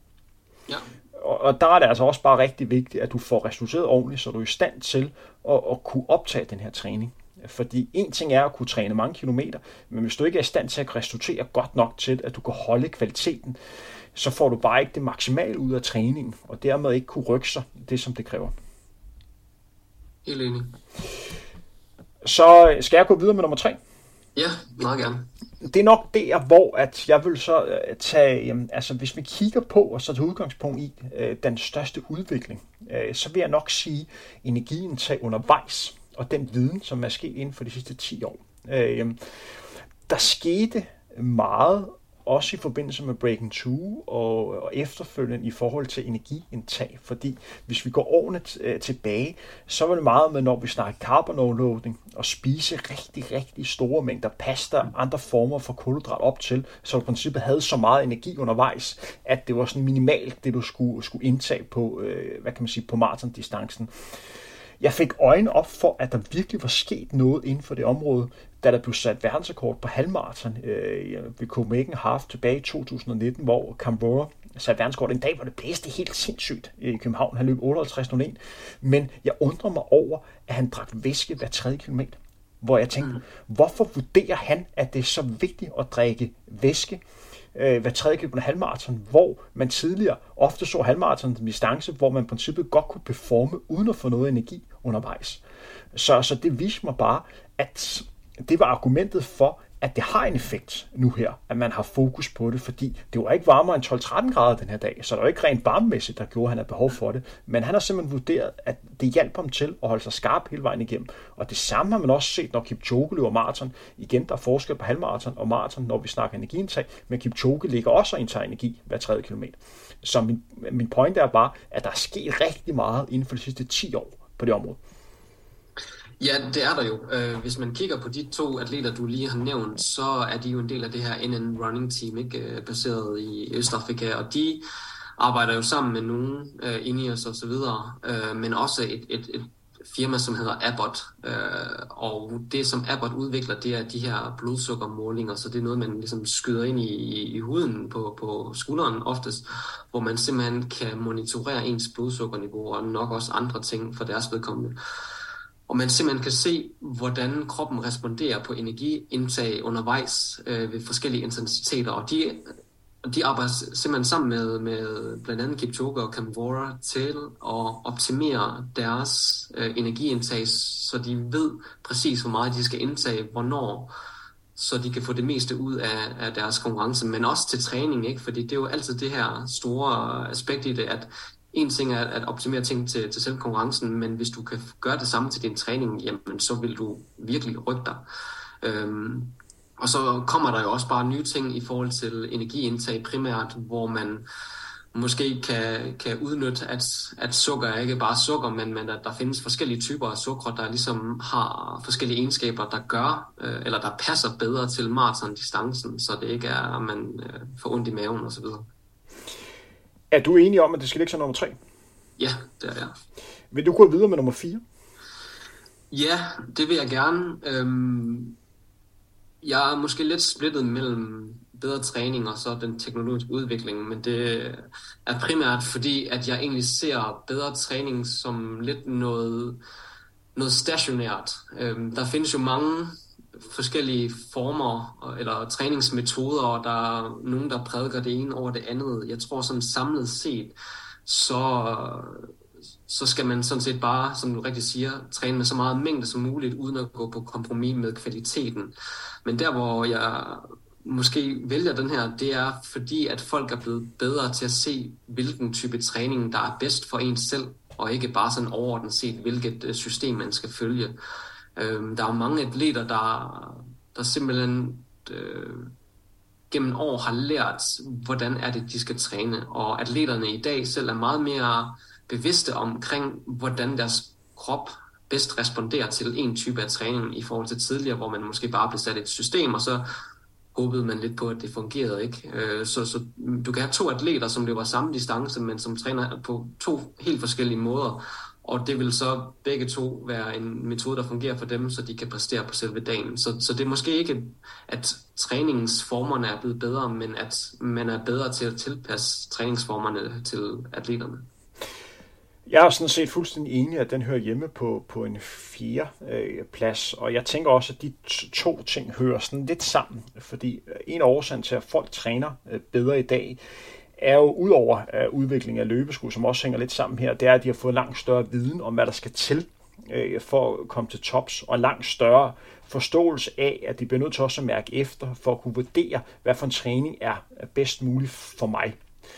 Ja. Og, og der er det altså også bare rigtig vigtigt, at du får restitueret ordentligt, så du er i stand til at, at kunne optage den her træning. Fordi en ting er at kunne træne mange kilometer, men hvis du ikke er i stand til at restituere godt nok til, at du kan holde kvaliteten, så får du bare ikke det maksimale ud af træningen, og dermed ikke kunne rykke sig det, som det kræver. Helt enig. Så skal jeg gå videre med nummer tre? Ja, meget gerne. Det er nok der, hvor at jeg vil så tage, jamen, altså hvis vi kigger på og så tage udgangspunkt i øh, den største udvikling, øh, så vil jeg nok sige energiindtag undervejs, og den viden, som er sket inden for de sidste ti år. Øh, der skete meget, også i forbindelse med Breaking Two og, og efterfølgende i forhold til energiindtag. Fordi hvis vi går årene t- tilbage, så var det meget med, når vi snakker carbon overloading, og spise rigtig, rigtig store mængder pasta og andre former for kulhydrat op til, så du i princippet havde så meget energi undervejs, at det var sådan minimalt, det du skulle, skulle indtage på, øh, hvad kan man sige, på maratondistancen. Jeg fik øjnene op for, at der virkelig var sket noget inden for det område, da der blev sat verdensrekord på halvmaraton øh, ved Copenhagen Half tilbage i to tusind nitten, hvor Camvora satte verdensrekord. En dag, hvor det blæste helt sindssygt i København. Han løb otteoghalvtreds nul en. Men jeg undrer mig over, at han drak væske hver tredje kilometer. Hvor jeg tænkte, mm. hvorfor vurderer han, at det er så vigtigt at drikke væske øh, hver tredje kilometer halvmaraton, hvor man tidligere ofte så halvmaraton distance, hvor man i princippet godt kunne performe uden at få noget energi undervejs. Så, så det viste mig bare, at det var argumentet for, at det har en effekt nu her, at man har fokus på det, fordi det var ikke varmere end tolv til tretten grader den her dag, så der var ikke rent varmemæssigt, der gjorde, at han havde behov for det, men han har simpelthen vurderet, at det hjalp ham til at holde sig skarp hele vejen igennem, og det samme har man også set, når Kipchoge løber maraton. Igen, der er forskel på halvmaraton og maraton, når vi snakker energiindtag, men Kipchoge ligger også og indtager energi hver tredje kilometer. Så min, min pointe er bare, at der er sket rigtig meget inden for de sidste ti år på det område. Ja, det er der jo. Hvis man kigger på de to atleter, du lige har nævnt, så er de jo en del af det her N N Running Team, ikke? Baseret i Østafrika, og de arbejder jo sammen med nogle uh, Ineos og så videre, uh, men også et, et, et firma, som hedder Abbott, uh, og det, som Abbott udvikler, det er de her blodsukkermålinger, så det er noget, man ligesom skyder ind i, i, i huden på, på skulderen oftest, hvor man simpelthen kan monitorere ens blodsukkerniveau og nok også andre ting for deres vedkommende. Og man simpelthen kan se, hvordan kroppen responderer på energiindtag undervejs øh, ved forskellige intensiteter. Og de, de arbejder simpelthen sammen med, med blandt andet Kipchoge og Camvora til at optimere deres øh, energiindtag, så de ved præcis, hvor meget de skal indtage, hvornår, så de kan få det meste ud af, af deres konkurrence, men også til træning, ikke? Fordi det er jo altid det her store aspekt i det, at en ting er at optimere ting til, til selv konkurrencen, men hvis du kan gøre det samme til din træning, jamen så vil du virkelig rykke dig. Øhm, og så kommer der jo også bare nye ting i forhold til energiindtag primært, hvor man måske kan, kan udnytte, at, at sukker er ikke bare sukker, men, men at der findes forskellige typer af sukker, der ligesom har forskellige egenskaber, der gør, øh, eller der passer bedre til maratondistancen, så det ikke er, at man øh, får ondt i maven osv. Er du enig om, at det skal ligge som nummer tre? Ja, det er jeg. Vil du gå videre med nummer fire? Ja, det vil jeg gerne. Øhm, jeg er måske lidt splittet mellem bedre træning og så den teknologiske udvikling, men det er primært fordi, at jeg egentlig ser bedre træning som lidt noget, noget stationært. Øhm, der findes jo mange forskellige former eller træningsmetoder, og der er nogen, der prædiker det ene over det andet. Jeg tror sådan samlet set, så, så skal man sådan set bare, som du rigtig siger, træne med så meget mængde som muligt, uden at gå på kompromis med kvaliteten. Men der, hvor jeg måske vælger den her, det er fordi, at folk er blevet bedre til at se, hvilken type træning, der er bedst for en selv, og ikke bare sådan overordnet set, hvilket system man skal følge. Øhm, der er mange atleter, der, der simpelthen øh, gennem år har lært, hvordan er det, de skal træne. Og atleterne i dag selv er meget mere bevidste omkring, hvordan deres krop bedst responderer til en type af træning i forhold til tidligere, hvor man måske bare blev sat et system, og så håbede man lidt på, at det fungerede ikke. Så, så du kan have to atleter, som løber samme distance, men som træner på to helt forskellige måder. Og det vil så begge to være en metode, der fungerer for dem, så de kan præstere på selve dagen. Så, så det er måske ikke, at træningsformerne er blevet bedre, men at man er bedre til at tilpasse træningsformerne til atleterne. Jeg er sådan set fuldstændig enig, at den hører hjemme på, på en fjerde øh, plads, og jeg tænker også, at de to ting hører sådan lidt sammen, fordi en af årsagen til, at folk træner øh, bedre i dag, er jo ud over uh, udviklingen af løbesko, som også hænger lidt sammen her, det er, at de har fået langt større viden om, hvad der skal til uh, for at komme til tops, og en langt større forståelse af, at de bliver nødt til også at mærke efter, for at kunne vurdere, hvad for en træning er bedst muligt for mig.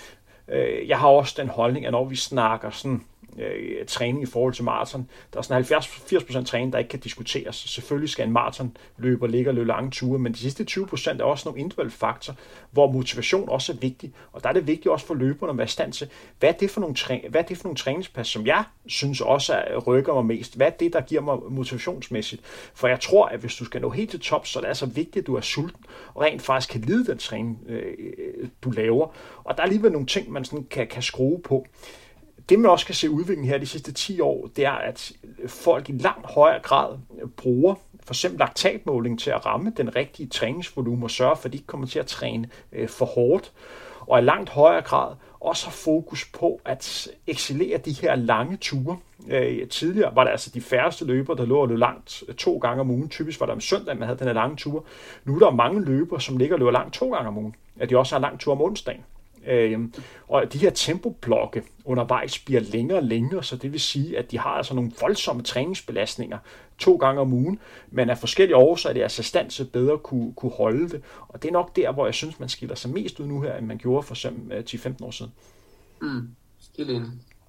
Uh, jeg har også den holdning, at når vi snakker sådan øh, træning i forhold til maraton. Der er sådan halvfjerds til firs procent træning, der ikke kan diskuteres. Selvfølgelig skal en maratonløber ligge og løbe lange ture, men de sidste tyve procent er også nogle individuelle faktorer, hvor motivation også er vigtig. Og der er det vigtigt også for løberne at være i stand til, hvad er det for nogle, træ- hvad er det for nogle træningspas, som jeg synes også er, rykker mig mest? Hvad er det, der giver mig motivationsmæssigt? For jeg tror, at hvis du skal nå helt til top, så er det altså vigtigt, at du er sulten og rent faktisk kan lide den træning, øh, du laver. Og der er alligevel nogle ting, man sådan kan, kan skrue på. Det, man også kan se udviklingen her de sidste ti år, det er, at folk i langt højere grad bruger for eksempel laktatmåling til at ramme den rigtige træningsvolumen og sørge for, at de ikke kommer til at træne for hårdt. Og i langt højere grad også har fokus på at excellere de her lange ture. Tidligere var det altså de færreste løbere, der lå og løb langt to gange om ugen. Typisk var det om søndag, man havde den her lange tur. Nu er der mange løbere, som ligger og løber langt to gange om ugen. At de også har lang tur om onsdagen. Øhm, og de her tempoblokke undervejs bliver længere og længere, så det vil sige, at de har altså nogle voldsomme træningsbelastninger to gange om ugen, men af forskellige årsager er det altså stand til bedre at kunne, kunne holde det. Og det er nok der, hvor jeg synes, man skiller sig mest ud nu her, end man gjorde for eksempel ti til femten år siden. Mm, helt enig.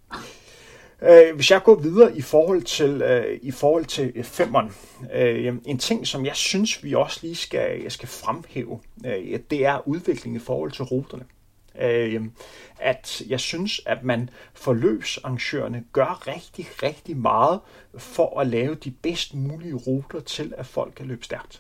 Øh, hvis jeg går videre i forhold til, øh, i forhold til femmeren, øh, en ting, som jeg synes, vi også lige skal, skal fremhæve, øh, det er udviklingen i forhold til ruterne. At jeg synes, at man forløbsarrangørerne gør rigtig, rigtig meget for at lave de bedst mulige ruter til, at folk kan løbe stærkt.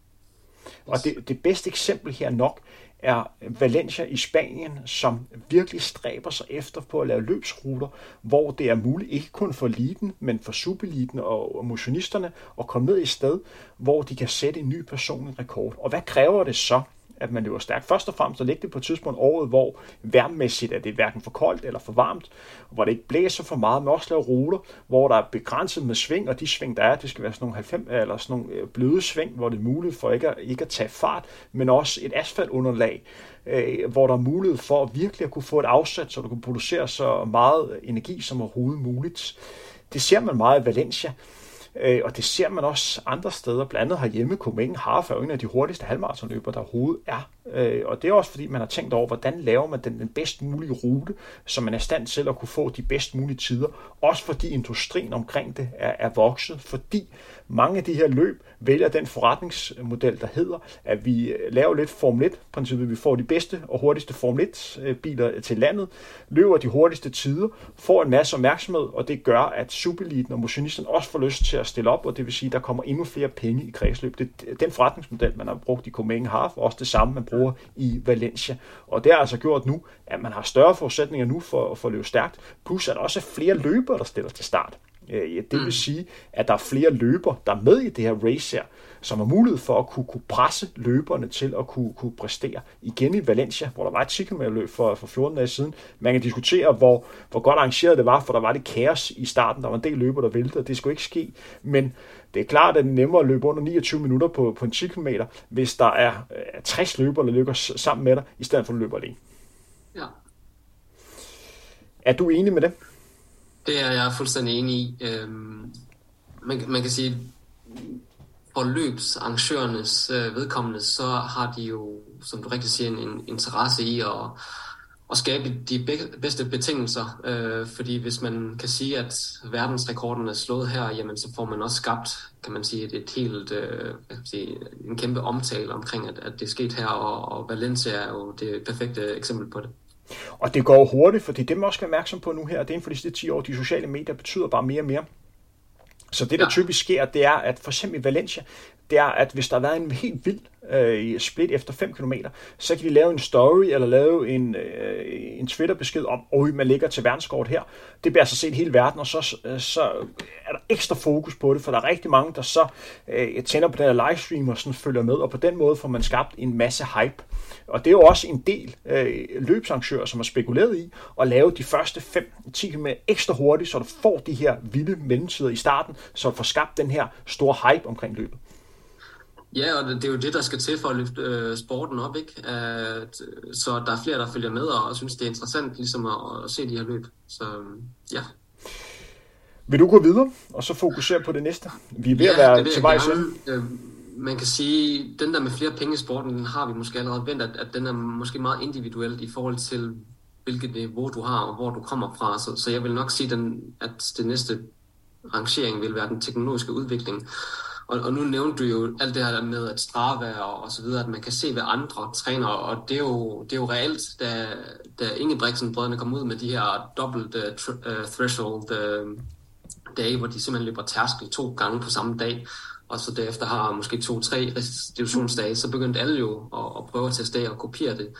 Og det, det bedste eksempel her nok er Valencia i Spanien, som virkelig stræber sig efter på at lave løbsruter, hvor det er muligt, ikke kun for eliten, men for subeliten og motionisterne, at komme ned i et sted, hvor de kan sætte en ny personlig rekord. Og hvad kræver det så, at man løber stærkt? Først og fremmest at lægge det på et tidspunkt året, hvor vejrmæssigt er det hverken for koldt eller for varmt, hvor det ikke blæser for meget, men også lave ruter, hvor der er begrænset med sving, og de sving, der er, det skal være sådan nogle halvfems eller sådan nogle bløde sving, hvor det er muligt for ikke at, ikke at tage fart, men også et asfaltunderlag, øh, hvor der er mulighed for at virkelig at kunne få et afsat, så du kan producere så meget energi som overhovedet muligt. Det ser man meget i Valencia. Øh, og det ser man også andre steder, blandt andet herhjemme. Copenhagen Half er jo en af de hurtigste halvmaratonløbere, der overhovedet er og det er også fordi, man har tænkt over, hvordan laver man den, den bedst mulige rute, så man er i stand til at kunne få de bedst mulige tider. Også fordi industrien omkring det er, er vokset, fordi mange af de her løb vælger den forretningsmodel, der hedder, at vi laver lidt Formel et-princippet. Vi får de bedste og hurtigste Formel et-biler til landet, løber de hurtigste tider, får en masse opmærksomhed, og det gør, at supereliten og motionisterne også får lyst til at stille op, og det vil sige, at der kommer endnu flere penge i kredsløb. Det er den forretningsmodel, man har brugt i Copenhagen, også det samme, man bruger i Valencia. Og det har altså gjort nu, at man har større forudsætninger nu for, for at løbe stærkt, plus at der også er flere løbere, der stiller til start. Det vil sige, at der er flere løbere, der er med i det her race her, som har mulighed for at kunne, kunne presse løberne til at kunne, kunne præstere. Igen i Valencia, hvor der var et ti kilometer løb for, for fjorten dage siden. Man kan diskutere, hvor, hvor godt arrangeret det var, for der var det kaos i starten. Der var en del løber, der væltede, og det skulle ikke ske. Men det er klart, at det er nemmere at løbe under niogtyve minutter på, på en ti kilometer, hvis der er tres løbere, der løber sammen med dig, i stedet for at løbe alene. Ja. Er du enig med det? Det er jeg fuldstændig enig i. Øhm, man, man kan sige, for løbsarrangørernes øh, vedkommende, så har de jo, som du rigtig siger, en, en interesse i at, at skabe de be- bedste betingelser. Øh, fordi hvis man kan sige, at verdensrekorden er slået her, jamen så får man også skabt, kan man sige, et, et helt, øh, kan man sige, en kæmpe omtale omkring, at, at det er sket her, og, og Valencia er jo det perfekte eksempel på det. Og det går hurtigt, fordi det man også skal være opmærksom på nu her, det er inden for de sidste ti år, de sociale medier betyder bare mere og mere. Så det, der ja. typisk sker, det er, at for eksempel i Valencia, det er, at hvis der har været en helt vild øh, split efter fem kilometer, så kan de lave en story eller lave en, øh, en Twitter-besked om, at man ligger til verdenskort her. Det bliver altså set hele verden, og så, øh, så er der ekstra fokus på det, for der er rigtig mange, der så øh, tænder på den her livestream og sådan følger med, og på den måde får man skabt en masse hype. Og det er jo også en del øh, løbsarrangører, som har spekuleret i at lave de første fem til ti kilometer ekstra hurtigt, så du får de her vilde mellemtider i starten, så du får skabt den her store hype omkring løbet. Ja, og det er jo det, der skal til for at løfte øh, sporten op, ikke? At, så der er flere, der følger med og synes, det er interessant ligesom at, at se de her løb. Så ja. Vil du gå videre og så fokusere på det næste? Vi er ved ja, at være det til vejs ind. Øh, man kan sige, den der med flere penge i sporten, den har vi måske allerede vendt, at, at den er måske meget individuelt i forhold til, hvilket niveau du har og hvor du kommer fra. Så, så jeg vil nok sige, den, at det næste rangering vil være den teknologiske udvikling. Og, og nu nævnte du jo alt det her med at Strava og, og så videre, at man kan se, hvad andre træner, og det er jo, det er jo reelt, da, da Ingebrigtsen-brødrene kom ud med de her dobbelt uh, tr- uh, threshold uh, dage, hvor de simpelthen løber tærskel to gange på samme dag, og så derefter har måske to-tre restitutionsdage, så begyndte alle jo at, at prøve at teste af og kopiere det.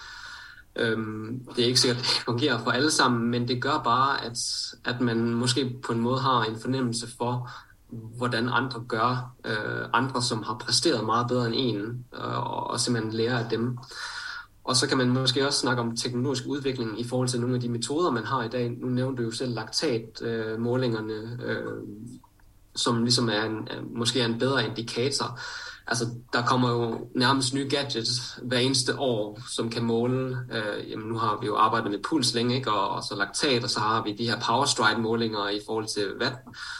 Um, det er ikke sikkert, at det fungerer for alle sammen, men det gør bare, at, at man måske på en måde har en fornemmelse for, hvordan andre gør, øh, andre som har præsteret meget bedre end en, øh, og, og simpelthen lære af dem. Og så kan man måske også snakke om teknologisk udvikling i forhold til nogle af de metoder, man har i dag. Nu nævnte du jo selv laktatmålingerne, øh, øh, som ligesom er en, måske er en bedre indikator. Altså, der kommer jo nærmest nye gadgets hver eneste år, som kan måle. Øh, jamen, nu har vi jo arbejdet med puls længe, ikke? Og, og så laktat, og så har vi de her powerstride-målinger i forhold til watt.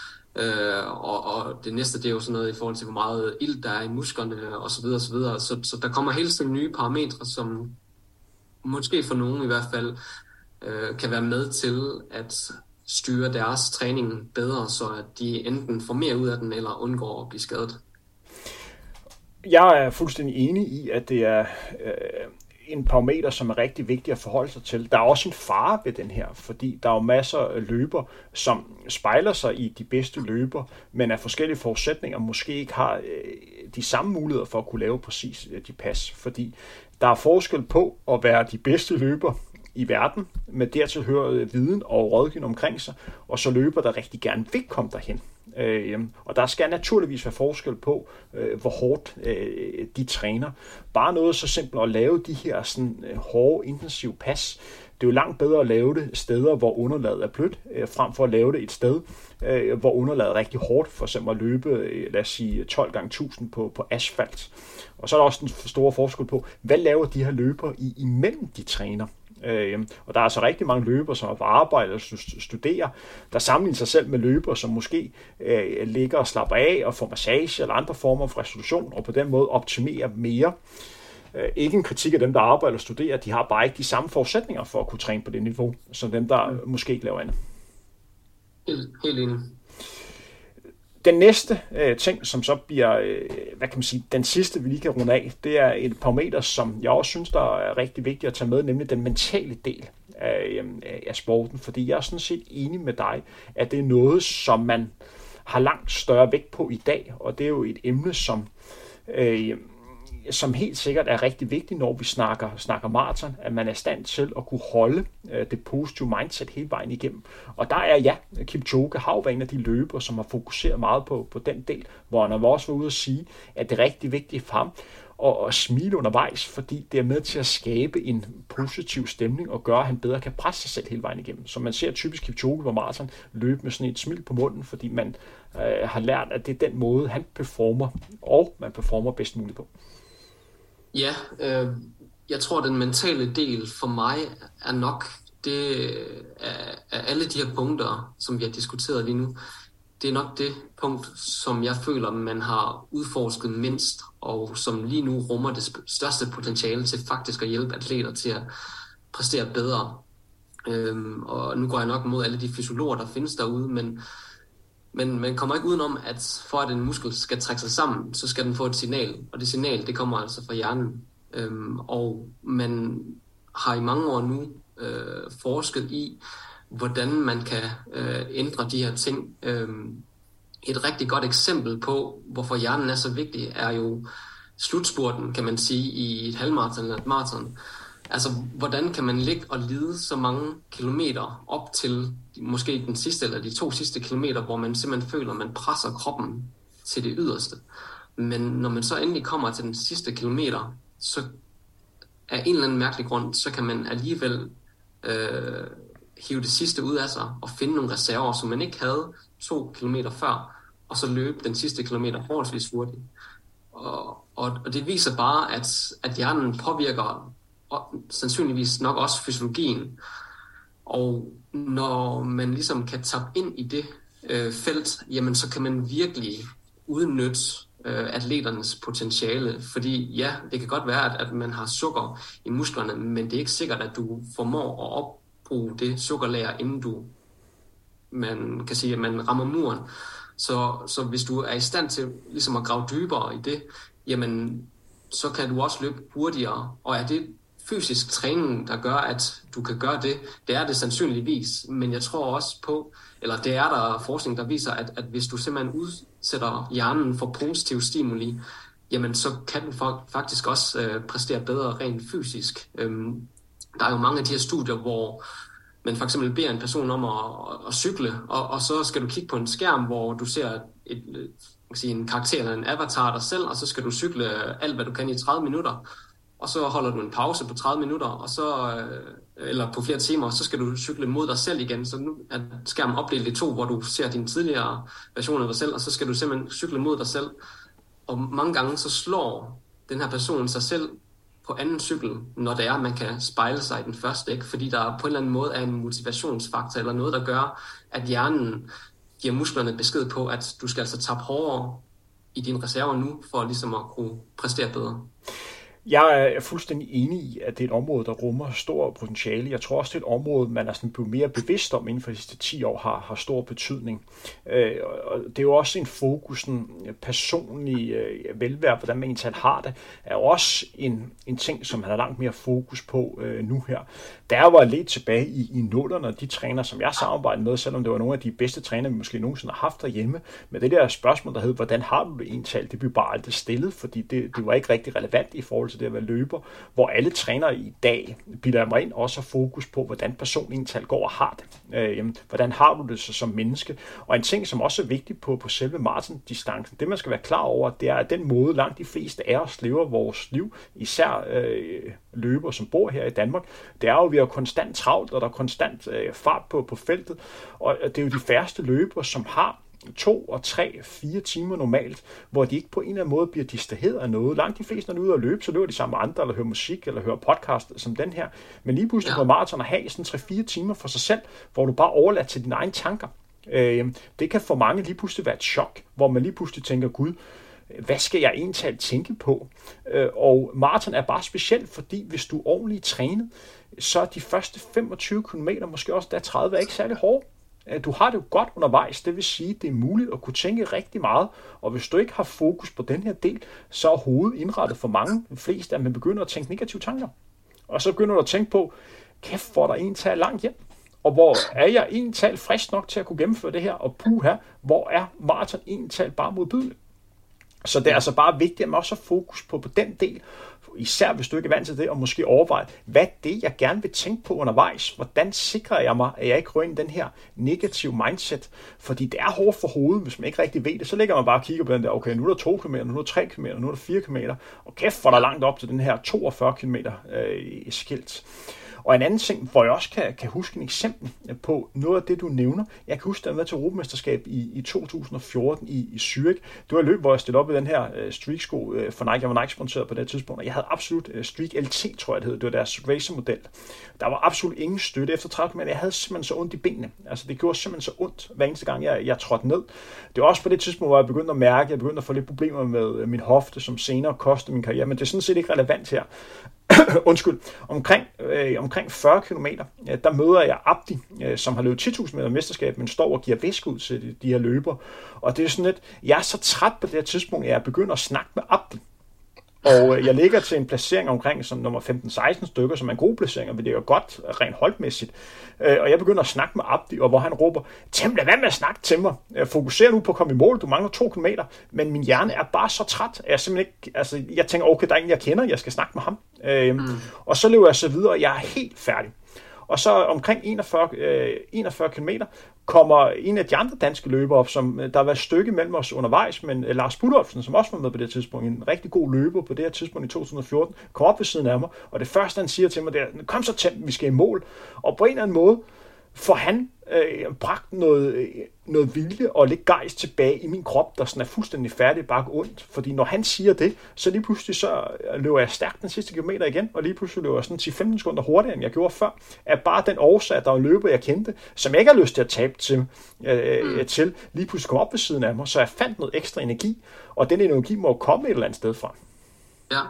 Uh, og, og det næste, det er jo sådan noget i forhold til, hvor meget ilt der er i musklerne, og så videre, og så videre. Så, så der kommer hele tiden nye parametre, som måske for nogen i hvert fald uh, kan være med til at styre deres træning bedre, så at de enten får mere ud af den, eller undgår at blive skadet. Jeg er fuldstændig enig i, at det er øh, en parameter, som er rigtig vigtig at forholde sig til. Der er også en fare ved den her, fordi der er jo masser af løber, som spejler sig i de bedste løber, men af forskellige forudsætninger måske ikke har øh, de samme muligheder for at kunne lave præcis øh, de pas. Fordi der er forskel på at være de bedste løber i verden, med dertil hører viden og rådgivning omkring sig, og så løber, der rigtig gerne vil komme derhen. Øh, og der skal naturligvis være forskel på, øh, hvor hårdt øh, de træner. Bare noget så simpelt at lave de her sådan, øh, hårde, intensive pas. Det er jo langt bedre at lave det steder, hvor underlaget er blødt, øh, frem for at lave det et sted, øh, hvor underlaget er rigtig hårdt. For eksempel at løbe, øh, lad os sige, tolv gange tusind på, på asfalt. Og så er der også en store forskel på, hvad laver de her løbere i, imellem de træner. Øh, og der er altså rigtig mange løbere, som er på arbejde og studerer, der sammenligner sig selv med løbere, som måske øh, ligger og slapper af og får massage eller andre former for restitution, og på den måde optimerer mere. Ikke en kritik af dem, der arbejder og studerer, de har bare ikke de samme forudsætninger for at kunne træne på det niveau, som dem, der mm. måske ikke laver andet. Helt, helt enig. Den næste øh, ting, som så bliver, øh, hvad kan man sige, den sidste, vi lige kan runde af, det er et parameter, som jeg også synes, der er rigtig vigtigt at tage med, nemlig den mentale del af, øh, af sporten. Fordi jeg er sådan set enig med dig, at det er noget, som man har langt større vægt på i dag, og det er jo et emne, som... Øh, som helt sikkert er rigtig vigtigt, når vi snakker, snakker maraton, at man er i stand til at kunne holde øh, det positive mindset hele vejen igennem. Og der er, ja, Kipchoge har jo været en af de løbere, som har fokuseret meget på, på den del, hvor han har også været ude at sige, at det er rigtig vigtigt for ham at, at smile undervejs, fordi det er med til at skabe en positiv stemning og gøre, at han bedre kan presse sig selv hele vejen igennem. Så man ser typisk Kipchoge på maraton løbe med sådan et smil på munden, fordi man øh, har lært, at det er den måde, han performer, og man performer bedst muligt på. Ja, øh, jeg tror, den mentale del for mig er nok det af, af alle de her punkter, som vi har diskuteret lige nu. Det er nok det punkt, som jeg føler, man har udforsket mindst, og som lige nu rummer det største potentiale til faktisk at hjælpe atleter til at præstere bedre. Øhm, og nu går jeg nok mod alle de fysiologer, der findes derude, men Men man kommer ikke udenom, at for at en muskel skal trække sig sammen, så skal den få et signal. Og det signal, det kommer altså fra hjernen. Øhm, og man har i mange år nu øh, forsket i, hvordan man kan øh, ændre de her ting. Øhm, et rigtig godt eksempel på, hvorfor hjernen er så vigtig, er jo slutspurten, kan man sige, i et halvmaraton eller et maraton. Altså, hvordan kan man ligge og lide så mange kilometer op til måske den sidste eller de to sidste kilometer, hvor man simpelthen føler, at man presser kroppen til det yderste. Men når man så endelig kommer til den sidste kilometer, så af en eller anden mærkelig grund, så kan man alligevel øh, hive det sidste ud af sig og finde nogle reserver, som man ikke havde to kilometer før, og så løbe den sidste kilometer forholdsvis hurtigt. Og, og, og det viser bare, at, at hjernen påvirker og sandsynligvis nok også fysiologien. Og når man ligesom kan tappe ind i det øh, felt, jamen så kan man virkelig udnytte øh, atleternes potentiale. Fordi ja, det kan godt være, at, at man har sukker i musklerne, men det er ikke sikkert, at du formår at opbruge det sukkerlager, inden du, man kan sige, at man rammer muren. Så, så hvis du er i stand til ligesom at grave dybere i det, jamen så kan du også løbe hurtigere. Og er det fysisk træning, der gør, at du kan gøre det, det er det sandsynligvis, men jeg tror også på, eller det er der forskning, der viser, at, at hvis du simpelthen udsætter hjernen for positiv stimuli, jamen så kan den faktisk også øh, præstere bedre rent fysisk. Øhm, der er jo mange af de her studier, hvor man for eksempel beder en person om at, at, at cykle, og, og så skal du kigge på en skærm, hvor du ser et, et, man kan sige, en karakter eller en avatar af dig selv, og så skal du cykle alt, hvad du kan i tredive minutter. Og så holder du en pause på tredive minutter, og så, eller på flere timer, og så skal du cykle mod dig selv igen. Så nu er skærmen opdelt i to, hvor du ser din tidligere version af dig selv, og så skal du simpelthen cykle mod dig selv. Og mange gange så slår den her person sig selv på anden cykel, når det er, at man kan spejle sig i den første, ikke? Fordi der på en eller anden måde er en motivationsfaktor, eller noget, der gør, at hjernen giver musklerne besked på, at du skal altså tabe hårdere i dine reserver nu, for ligesom at kunne præstere bedre. Jeg er fuldstændig enig i, at det er et område, der rummer stor potentiale. Jeg tror også, det er et område, man er sådan blevet mere bevidst om inden for de sidste ti år, har, har stor betydning. Øh, og det er jo også en fokus, en personlig øh, velvære, hvordan man egentlig har det, er også en, en ting, som man har langt mere fokus på øh, nu her. Der var lidt tilbage i, i nullerne, og de træner, som jeg samarbejder med, selvom det var nogle af de bedste træner, vi måske nogensinde har haft derhjemme, men det der spørgsmål, der hed, hvordan har du det egentlig, det blev bare aldrig stillet, fordi det, det var ikke rigtig relevant i forhold til det at være løber, hvor alle trænere i dag, bilder mig ind, også har fokus på, hvordan personen egentlig går og har det. Øh, hvordan har du det så som menneske? Og en ting, som også er vigtig på, på selve maratondistancen, det man skal være klar over, det er, at den måde langt de fleste af os lever vores liv, især øh, løber, som bor her i Danmark, det er jo, at vi har konstant travlt, og der er konstant øh, fart på, på feltet, og det er jo de færreste løbere, som har to og tre, fire timer normalt, hvor de ikke på en eller anden måde bliver distraheret af noget. Langt de fleste, når de er ude og løbe, så løber de sammen med andre, eller hører musik, eller hører podcast som den her. Men lige pludselig på maraton at have sådan tre fire timer for sig selv, hvor du bare overlader til dine egne tanker. Øh, det kan for mange lige pludselig være et chok, hvor man lige pludselig tænker, gud, hvad skal jeg egentlig tænke på? Og maraton er bare specielt, fordi hvis du er ordentligt trænet, så er de første femogtyve kilometer, måske også der tredive, er ikke særlig hårde. Du har det jo godt undervejs, det vil sige, at det er muligt at kunne tænke rigtig meget, og hvis du ikke har fokus på den her del, så er hovedet indrettet for mange flest, at man begynder at tænke negative tanker. Og så begynder du at tænke på, kæft, hvor der egentlig langt hjem, og hvor er jeg egentlig frisk nok til at kunne gennemføre det her, og puha, hvor er maraton egentlig bare modbydelig. Så det er altså bare vigtigt, at man også har fokus på, på den del, især hvis du ikke er vant til det, og måske overveje, hvad er det, jeg gerne vil tænke på undervejs? Hvordan sikrer jeg mig, at jeg ikke rører ind i den her negative mindset? Fordi det er hårdt for hovedet, hvis man ikke rigtig ved det. Så ligger man bare og kigger på den der, okay, nu er der to kilometer, nu er der tre kilometer, nu er der fire kilometer, og kæft, hvor der langt op til den her toogfyrre kilometer øh, skilt. Og en anden ting, hvor jeg også kan, kan huske en eksempel på noget af det, du nævner. Jeg kan huske, at jeg var til Europamesterskab i, i to tusind og fjorten i, i Zürich. Det var et løb, hvor jeg stillede op i den her uh, Streak-sko uh, for Nike. Jeg var Nike-sponsoreret på det tidspunkt, og jeg havde absolut uh, Streak L T, tror jeg det hed. Det var deres racer-model. Der var absolut ingen støtte efter tredive kilometer. Jeg havde simpelthen så ondt i benene. Altså, det gjorde simpelthen så ondt, hver eneste gang, jeg, jeg trådte ned. Det var også på det tidspunkt, hvor jeg begyndte at mærke, at jeg begyndte at få lidt problemer med uh, min hofte, som senere kostede min karriere. Men det er sådan set ikke relevant her. Undskyld, omkring, øh, omkring fyrre kilometer, øh, der møder jeg Abdi, øh, som har løbet ti tusind meter mesterskab, men står og giver væske ud til de, de her løber. Og det er sådan lidt, jeg er så træt på det her tidspunkt, at jeg begynder at snakke med Abdi. Og øh, jeg ligger til en placering omkring som nummer femten seksten stykker, som er en god placering, og vi ligger godt rent holdmæssigt. Øh, og jeg begynder at snakke med Abdi, og hvor han råber, Tim, lad være med at snakke til mig. Jeg fokuserer nu på at komme i mål, du mangler to kilometer, men min hjerne er bare så træt, at jeg simpelthen ikke, altså jeg tænker, okay, der er en, jeg kender, jeg skal snakke med ham. Øh, mm. Og så løber jeg så videre, og jeg er helt færdig. Og så omkring enogfyrre, øh, enogfyrre kilometer kommer en af de andre danske løbere op, som der var et stykke mellem os undervejs, men øh, Lars Budolfsen, som også var med på det tidspunkt, en rigtig god løber på det her tidspunkt i to tusind og fjorten, kom op ved siden af mig, og det første, han siger til mig, det er, kom så Tim, vi skal i mål. Og på en eller anden måde får han øh, bragt noget, øh, noget vilje og lidt gejst tilbage i min krop, der sådan er fuldstændig færdig bare ondt. Fordi når han siger det, så lige pludselig så løber jeg stærkt den sidste kilometer igen, og lige pludselig løber jeg sådan ti til femten sekunder hurtigere, end jeg gjorde før. Er bare den årsag, at der var en løber, jeg kendte, som jeg ikke har lyst til at tabe til, øh, mm. til lige pludselig kom op ved siden af mig. Så jeg fandt noget ekstra energi, og den energi må komme et eller andet sted fra. Ja.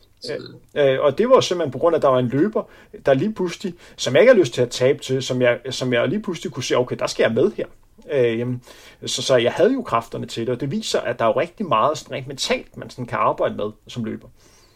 Øh, og det var simpelthen på grund af, at der var en løber, der lige pludselig, som jeg ikke har lyst til at tabe til, som jeg, som jeg lige pludselig kunne sige, okay, der skal jeg med her. Øh, så, så jeg havde jo kræfterne til det, og det viser, at der er jo rigtig meget sådan rent mentalt, man sådan kan arbejde med som løber.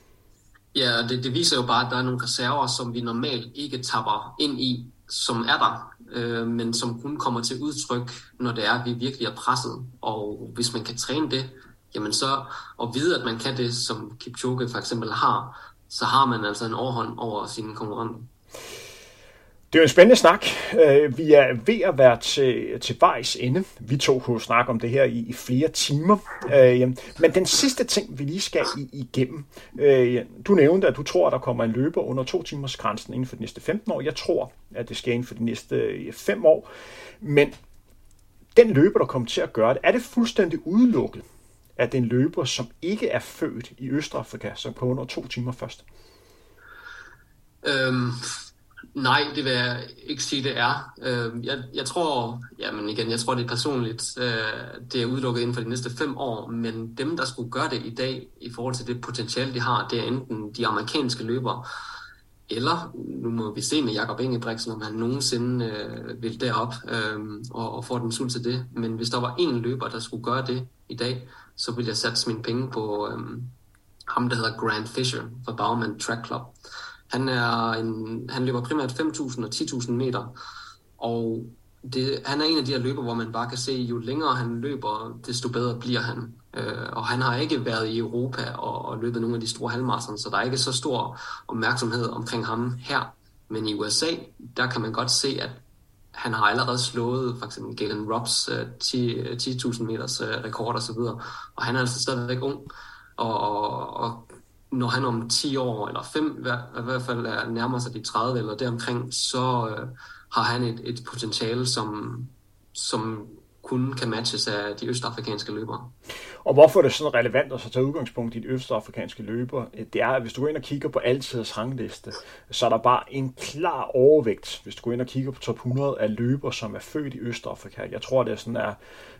Ja, det, det viser jo bare, at der er nogle reserver, som vi normalt ikke tapper ind i, som er der, øh, men som kun kommer til udtryk, når det er, at vi virkelig er presset. Og hvis man kan træne det, jamen så at vide, at man kan det, som Kipchoge for eksempel har, så har man altså en overhånd over sine konkurrenter. Det er jo en spændende snak. Vi er ved at være til, til vejs ende. Vi to kunne snakke om det her i, i flere timer. Men den sidste ting, vi lige skal igennem. Du nævnte, at du tror, at der kommer en løber under to timers grænsen inden for de næste femten år. Jeg tror, at det skal inden for de næste fem år. Men den løber, der kommer til at gøre det, er det fuldstændig udelukket, at det er en løber, som ikke er født i Østafrika, som på under to timer først? Øhm, nej, det vil jeg ikke sige, det er. Øhm, jeg, jeg tror, jamen igen, jeg tror, det er personligt, øh, det er udelukket inden for de næste fem år, men dem, der skulle gøre det i dag, i forhold til det potentiale, de har, det er enten de amerikanske løbere, eller, nu må vi se med Jakob Ingebrigtsen, om han nogensinde øh, vil derop øh, og, og få den sul til det. Men hvis der var en løber, der skulle gøre det i dag, så ville jeg satse mine penge på øh, ham, der hedder Grant Fisher fra Bauman Track Club. Han, er en, han løber primært fem tusind og ti tusind meter, og det, han er en af de her løber, hvor man bare kan se, jo længere han løber, desto bedre bliver han. Øh, og han har ikke været i Europa og, og løbet nogle af de store halvmarathons, så der er ikke så stor opmærksomhed omkring ham her. Men i U S A, der kan man godt se, at han har allerede slået for eksempel Galen Rupp's uh, ti tusind meters uh, rekord og så videre. Og han er altså stadigvæk ung. Og, og, og når han om ti år eller fem i hvert fald er nærmer sig de tredive eller deromkring, så uh, har han et, et potentiale, som, som kun kan matches af de østafrikanske løbere. Og hvorfor er det sådan relevant at så tage udgangspunkt i de østafrikanske løbere? Det er, at hvis du går ind og kigger på altidens rangliste, så er der bare en klar overvægt, hvis du går ind og kigger på top hundrede af løbere, som er født i Østafrika. Jeg tror, det er sådan er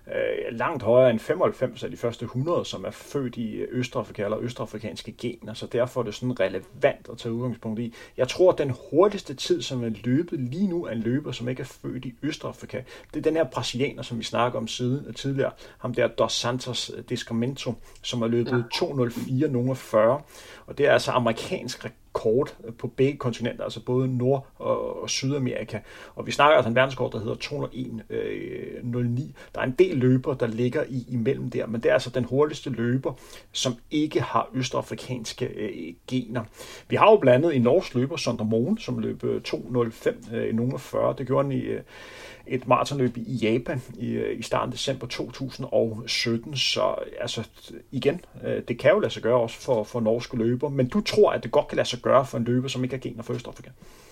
øh, langt højere end femoghalvfems af de første hundrede, som er født i Østafrika eller østafrikanske gener, så derfor er det sådan relevant at tage udgangspunkt i. Jeg tror, at den hurtigste tid, som er løbet lige nu, er en løber, som ikke er født i Østafrika. Det er den her brasilianer, som vi snakker om siden tidligere, ham der Dos Santos Descamento, som har løbet ja. to nul fire nogen fyrre, og det er altså amerikansk rekord på begge kontinenter, altså både Nord- og Sydamerika. Og vi snakker altså en verdenskort, der hedder to nul en nul ni. Der er en del løber, der ligger i imellem der, men det er altså den hurtigste løber, som ikke har østafrikanske øh, gener. Vi har jo blandt andet en norsk løber, Sondre Moen, som løb to nul fem nogen fyrre. Det gjorde han i øh, et maratonløb i Japan i, i starten af december to tusind sytten, så altså igen, det kan jo lade sig gøre også for, for norske løber, men du tror, at det godt kan lade sig gøre for en løber, som ikke har gener for Østafrika?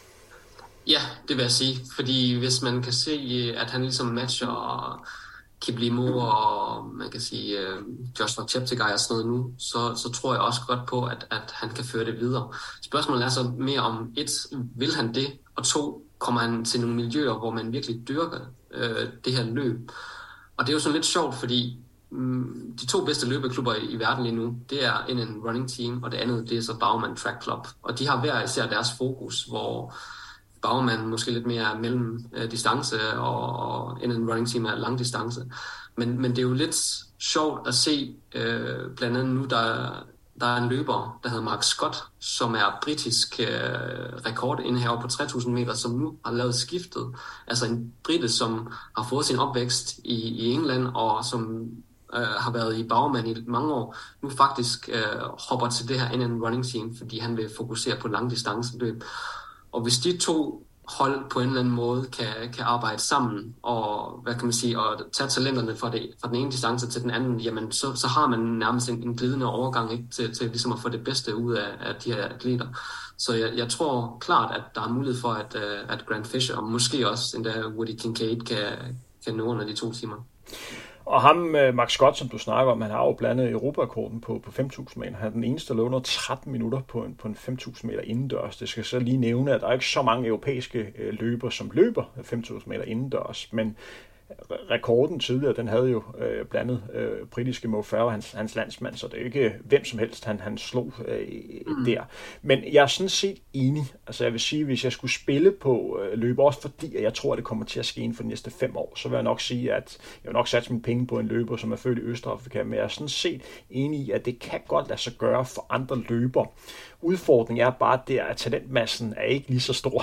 Ja, det vil jeg sige, fordi hvis man kan se, at han ligesom matcher Kiplimo og man kan sige Joshua Cheptegei og sådan noget nu, så, så tror jeg også godt på, at, at han kan føre det videre. Spørgsmålet er så mere om, et, vil han det, og to, kommer han til nogle miljøer, hvor man virkelig dyrker øh, det her løb. Og det er jo sådan lidt sjovt, fordi mm, de to bedste løbeklubber i, i verden lige nu, det er N N Running Team, og det andet, det er så Baumann Track Club. Og de har hver især deres fokus, hvor Baumann måske lidt mere mellem øh, distance, og, og N N Running Team er lang distance. Men, men det er jo lidt sjovt at se, øh, blandt andet nu, der Der er en løber, der hedder Mark Scott, som er britisk øh, rekordindehaver på tre tusind meter, som nu har lavet skiftet. Altså en brite, som har fået sin opvækst i, i England, og som øh, har været i Baumann i mange år, nu faktisk øh, hopper til det her N N Running Team, fordi han vil fokusere på langdistanceløb. Og hvis de to hold på en eller anden måde kan, kan arbejde sammen og, hvad kan man sige, og tage talenterne fra, det, fra den ene distance til den anden, jamen så, så har man nærmest en, en glidende overgang, ikke, til, til ligesom at få det bedste ud af, af de her atleter. Så jeg, jeg tror klart, at der er mulighed for, at, at Grant Fisher og måske også endda Woody Kincaid kan, kan nå under de to timer. Og ham, Max Scott, som du snakker om, han har jo blandet Europarekorden på, på fem tusind meter. Han er den eneste, der løber under tretten minutter på en, på en fem tusind meter indendørs. Det skal så lige nævne, at der er ikke så mange europæiske løber, som løber fem tusind meter indendørs, men rekorden tidligere, den havde jo øh, blandet øh, britiske Mo Farah, hans, hans landsmand, så det er jo ikke hvem som helst, han, han slog øh, mm. der. Men jeg er sådan set enig. Altså jeg vil sige, hvis jeg skulle spille på øh, løber, også fordi at jeg tror, at det kommer til at ske inden for de næste fem år, så vil jeg nok sige, at jeg vil nok satse mine penge på en løber, som er født i Østafrika, men jeg er sådan set enig i, at det kan godt lade sig gøre for andre løber. Udfordringen er bare der, at talentmassen er ikke lige så stor.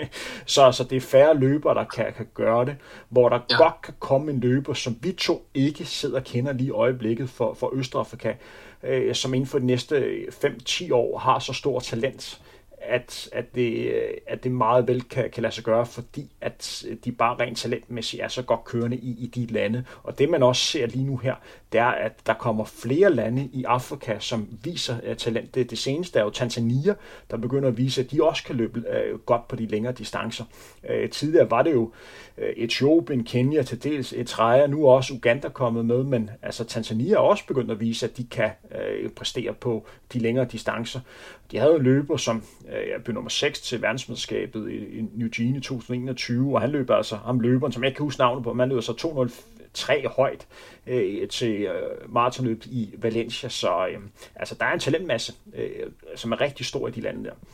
så, så det er færre løbere, der kan, kan gøre det, hvor der ja. godt kan komme en løber, som vi to ikke sidder og kender lige i øjeblikket for, for Østafrika, øh, som inden for de næste fem til ti år har så stor talent, at, at, det, at det meget vel kan, kan lade sig gøre, fordi at de bare rent talentmæssigt er så godt kørende i, i de lande. Og det man også ser lige nu her, det er, at der kommer flere lande i Afrika, som viser uh, talent. Det, det seneste er jo Tanzania, der begynder at vise, at de også kan løbe uh, godt på de længere distancer. Uh, tidligere var det jo uh, Etiopien, Kenya, til dels Eritrea, nu er også Uganda kommet med, men altså Tanzania er også begyndt at vise, at de kan uh, præstere på de længere distancer. De havde en løber, som uh, blev nummer seks til verdensmesterskabet i, i New Guinea i to tusind enogtyve, og han løber altså, ham løberen, som jeg ikke kan huske navnet på, man løber så to nul tre højt øh, til øh, maratonløb i Valencia, så øh, altså der er en talentmasse, øh, som er rigtig stor i de lande der.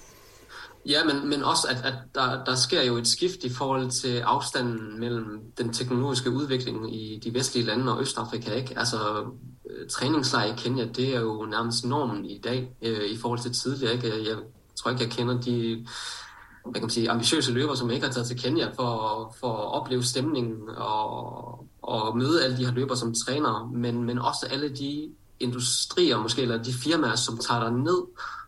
Ja, men, men også, at, at der, der sker jo et skift i forhold til afstanden mellem den teknologiske udvikling i de vestlige lande og Østafrika, ikke? Altså, træningslejr i Kenya, det er jo nærmest normen i dag, øh, i forhold til tidligere, ikke? Jeg tror ikke, jeg kender de hvad kan man sige, ambitiøse løbere, som ikke har taget til Kenya for, for at opleve stemningen og, og møde alle de her løbere som trænere, men, men også alle de industrier måske, eller de firmaer, som tager dig ned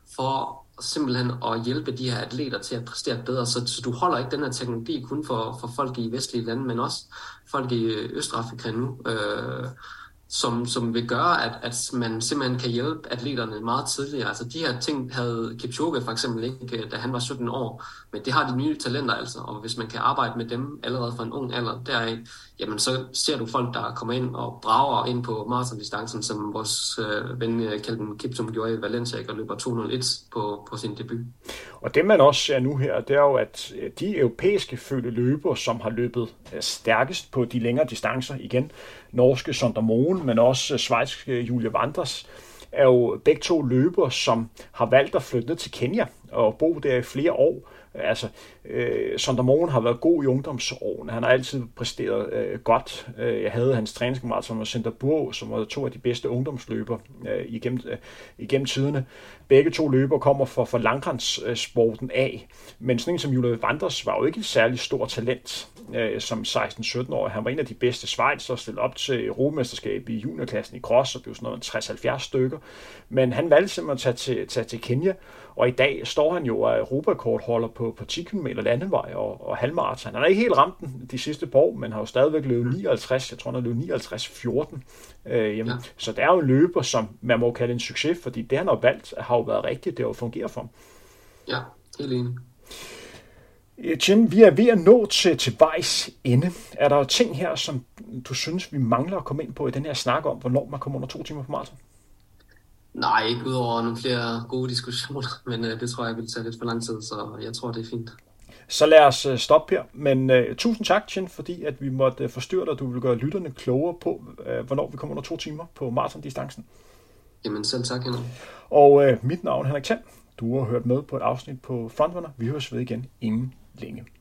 for simpelthen at hjælpe de her atleter til at præstere bedre. Så, så du holder ikke den her teknologi kun for, for folk i vestlige lande, men også folk i Østafrika nu, øh, som, som vil gøre, at, at man simpelthen kan hjælpe atleterne meget tidligere. Altså de her ting havde Kipchoge for eksempel ikke, da han var sytten år, men det har de nye talenter altså, og hvis man kan arbejde med dem allerede fra en ung alder deraf, jamen så ser du folk, der kommer ind og brager ind på maratondistancen, som vores øh, ven Kelvin Kiptum gjorde i Valencia, og løber to nul et på, på sin debut. Og det man også ser nu her, det er jo, at de europæiske fødte løbere, som har løbet stærkest på de længere distancer igen, norske Sander Moen, men også schweiziske Julia Wanders, er jo begge to løbere, som har valgt at flytte ned til Kenya og bo der i flere år. Altså, øh, Sander Moen har været god i ungdomsårene. Han har altid præsteret øh, godt. Jeg havde hans træningskammerat, som var Center Burg, som var to af de bedste ungdomsløbere øh, igennem, øh, igennem tiderne. Begge to løbere kommer fra, fra langrendssporten af. Men sådan en som Julia Wanders var jo ikke et særligt stort talent øh, som seksten sytten år. Han var en af de bedste schweizer, stillet op til europamesterskab i juniorklassen i cross og blev sådan noget tres halvfjerds stykker. Men han valgte simpelthen at tage til, tage til Kenya. Og i dag står han jo af europarekordholder på, på ti kilometer landevej og, og halvmarathon. Han har ikke helt ramt den de sidste par år, men har jo stadigvæk løbet nioghalvtreds. Jeg tror, han har løbet nioghalvtreds fjorten. Øh, ja. Så det er jo en løber, som man må kalde en succes, fordi det, han har valgt, har jo været rigtigt. Det har jo fungeret for ham. Ja, helt enig. Chen, vi er ved at nå til, til vejs ende. Er der jo ting her, som du synes, vi mangler at komme ind på i den her snak om, hvornår man kommer under to timer på maraton? Nej, ikke udover nogle flere gode diskussioner, men øh, det tror jeg vil tage lidt for lang tid, så jeg tror, det er fint. Så lad os uh, stoppe her, men uh, tusind tak, Chen, fordi at vi måtte uh, forstyrre dig, og du vil gøre lytterne klogere på, uh, hvornår vi kommer under to timer på maratondistancen. Jamen selv tak, Henrik. Og uh, mit navn er Henrik Thiem. Du har hørt med på et afsnit på Frontrunner. Vi høres ved igen inden længe.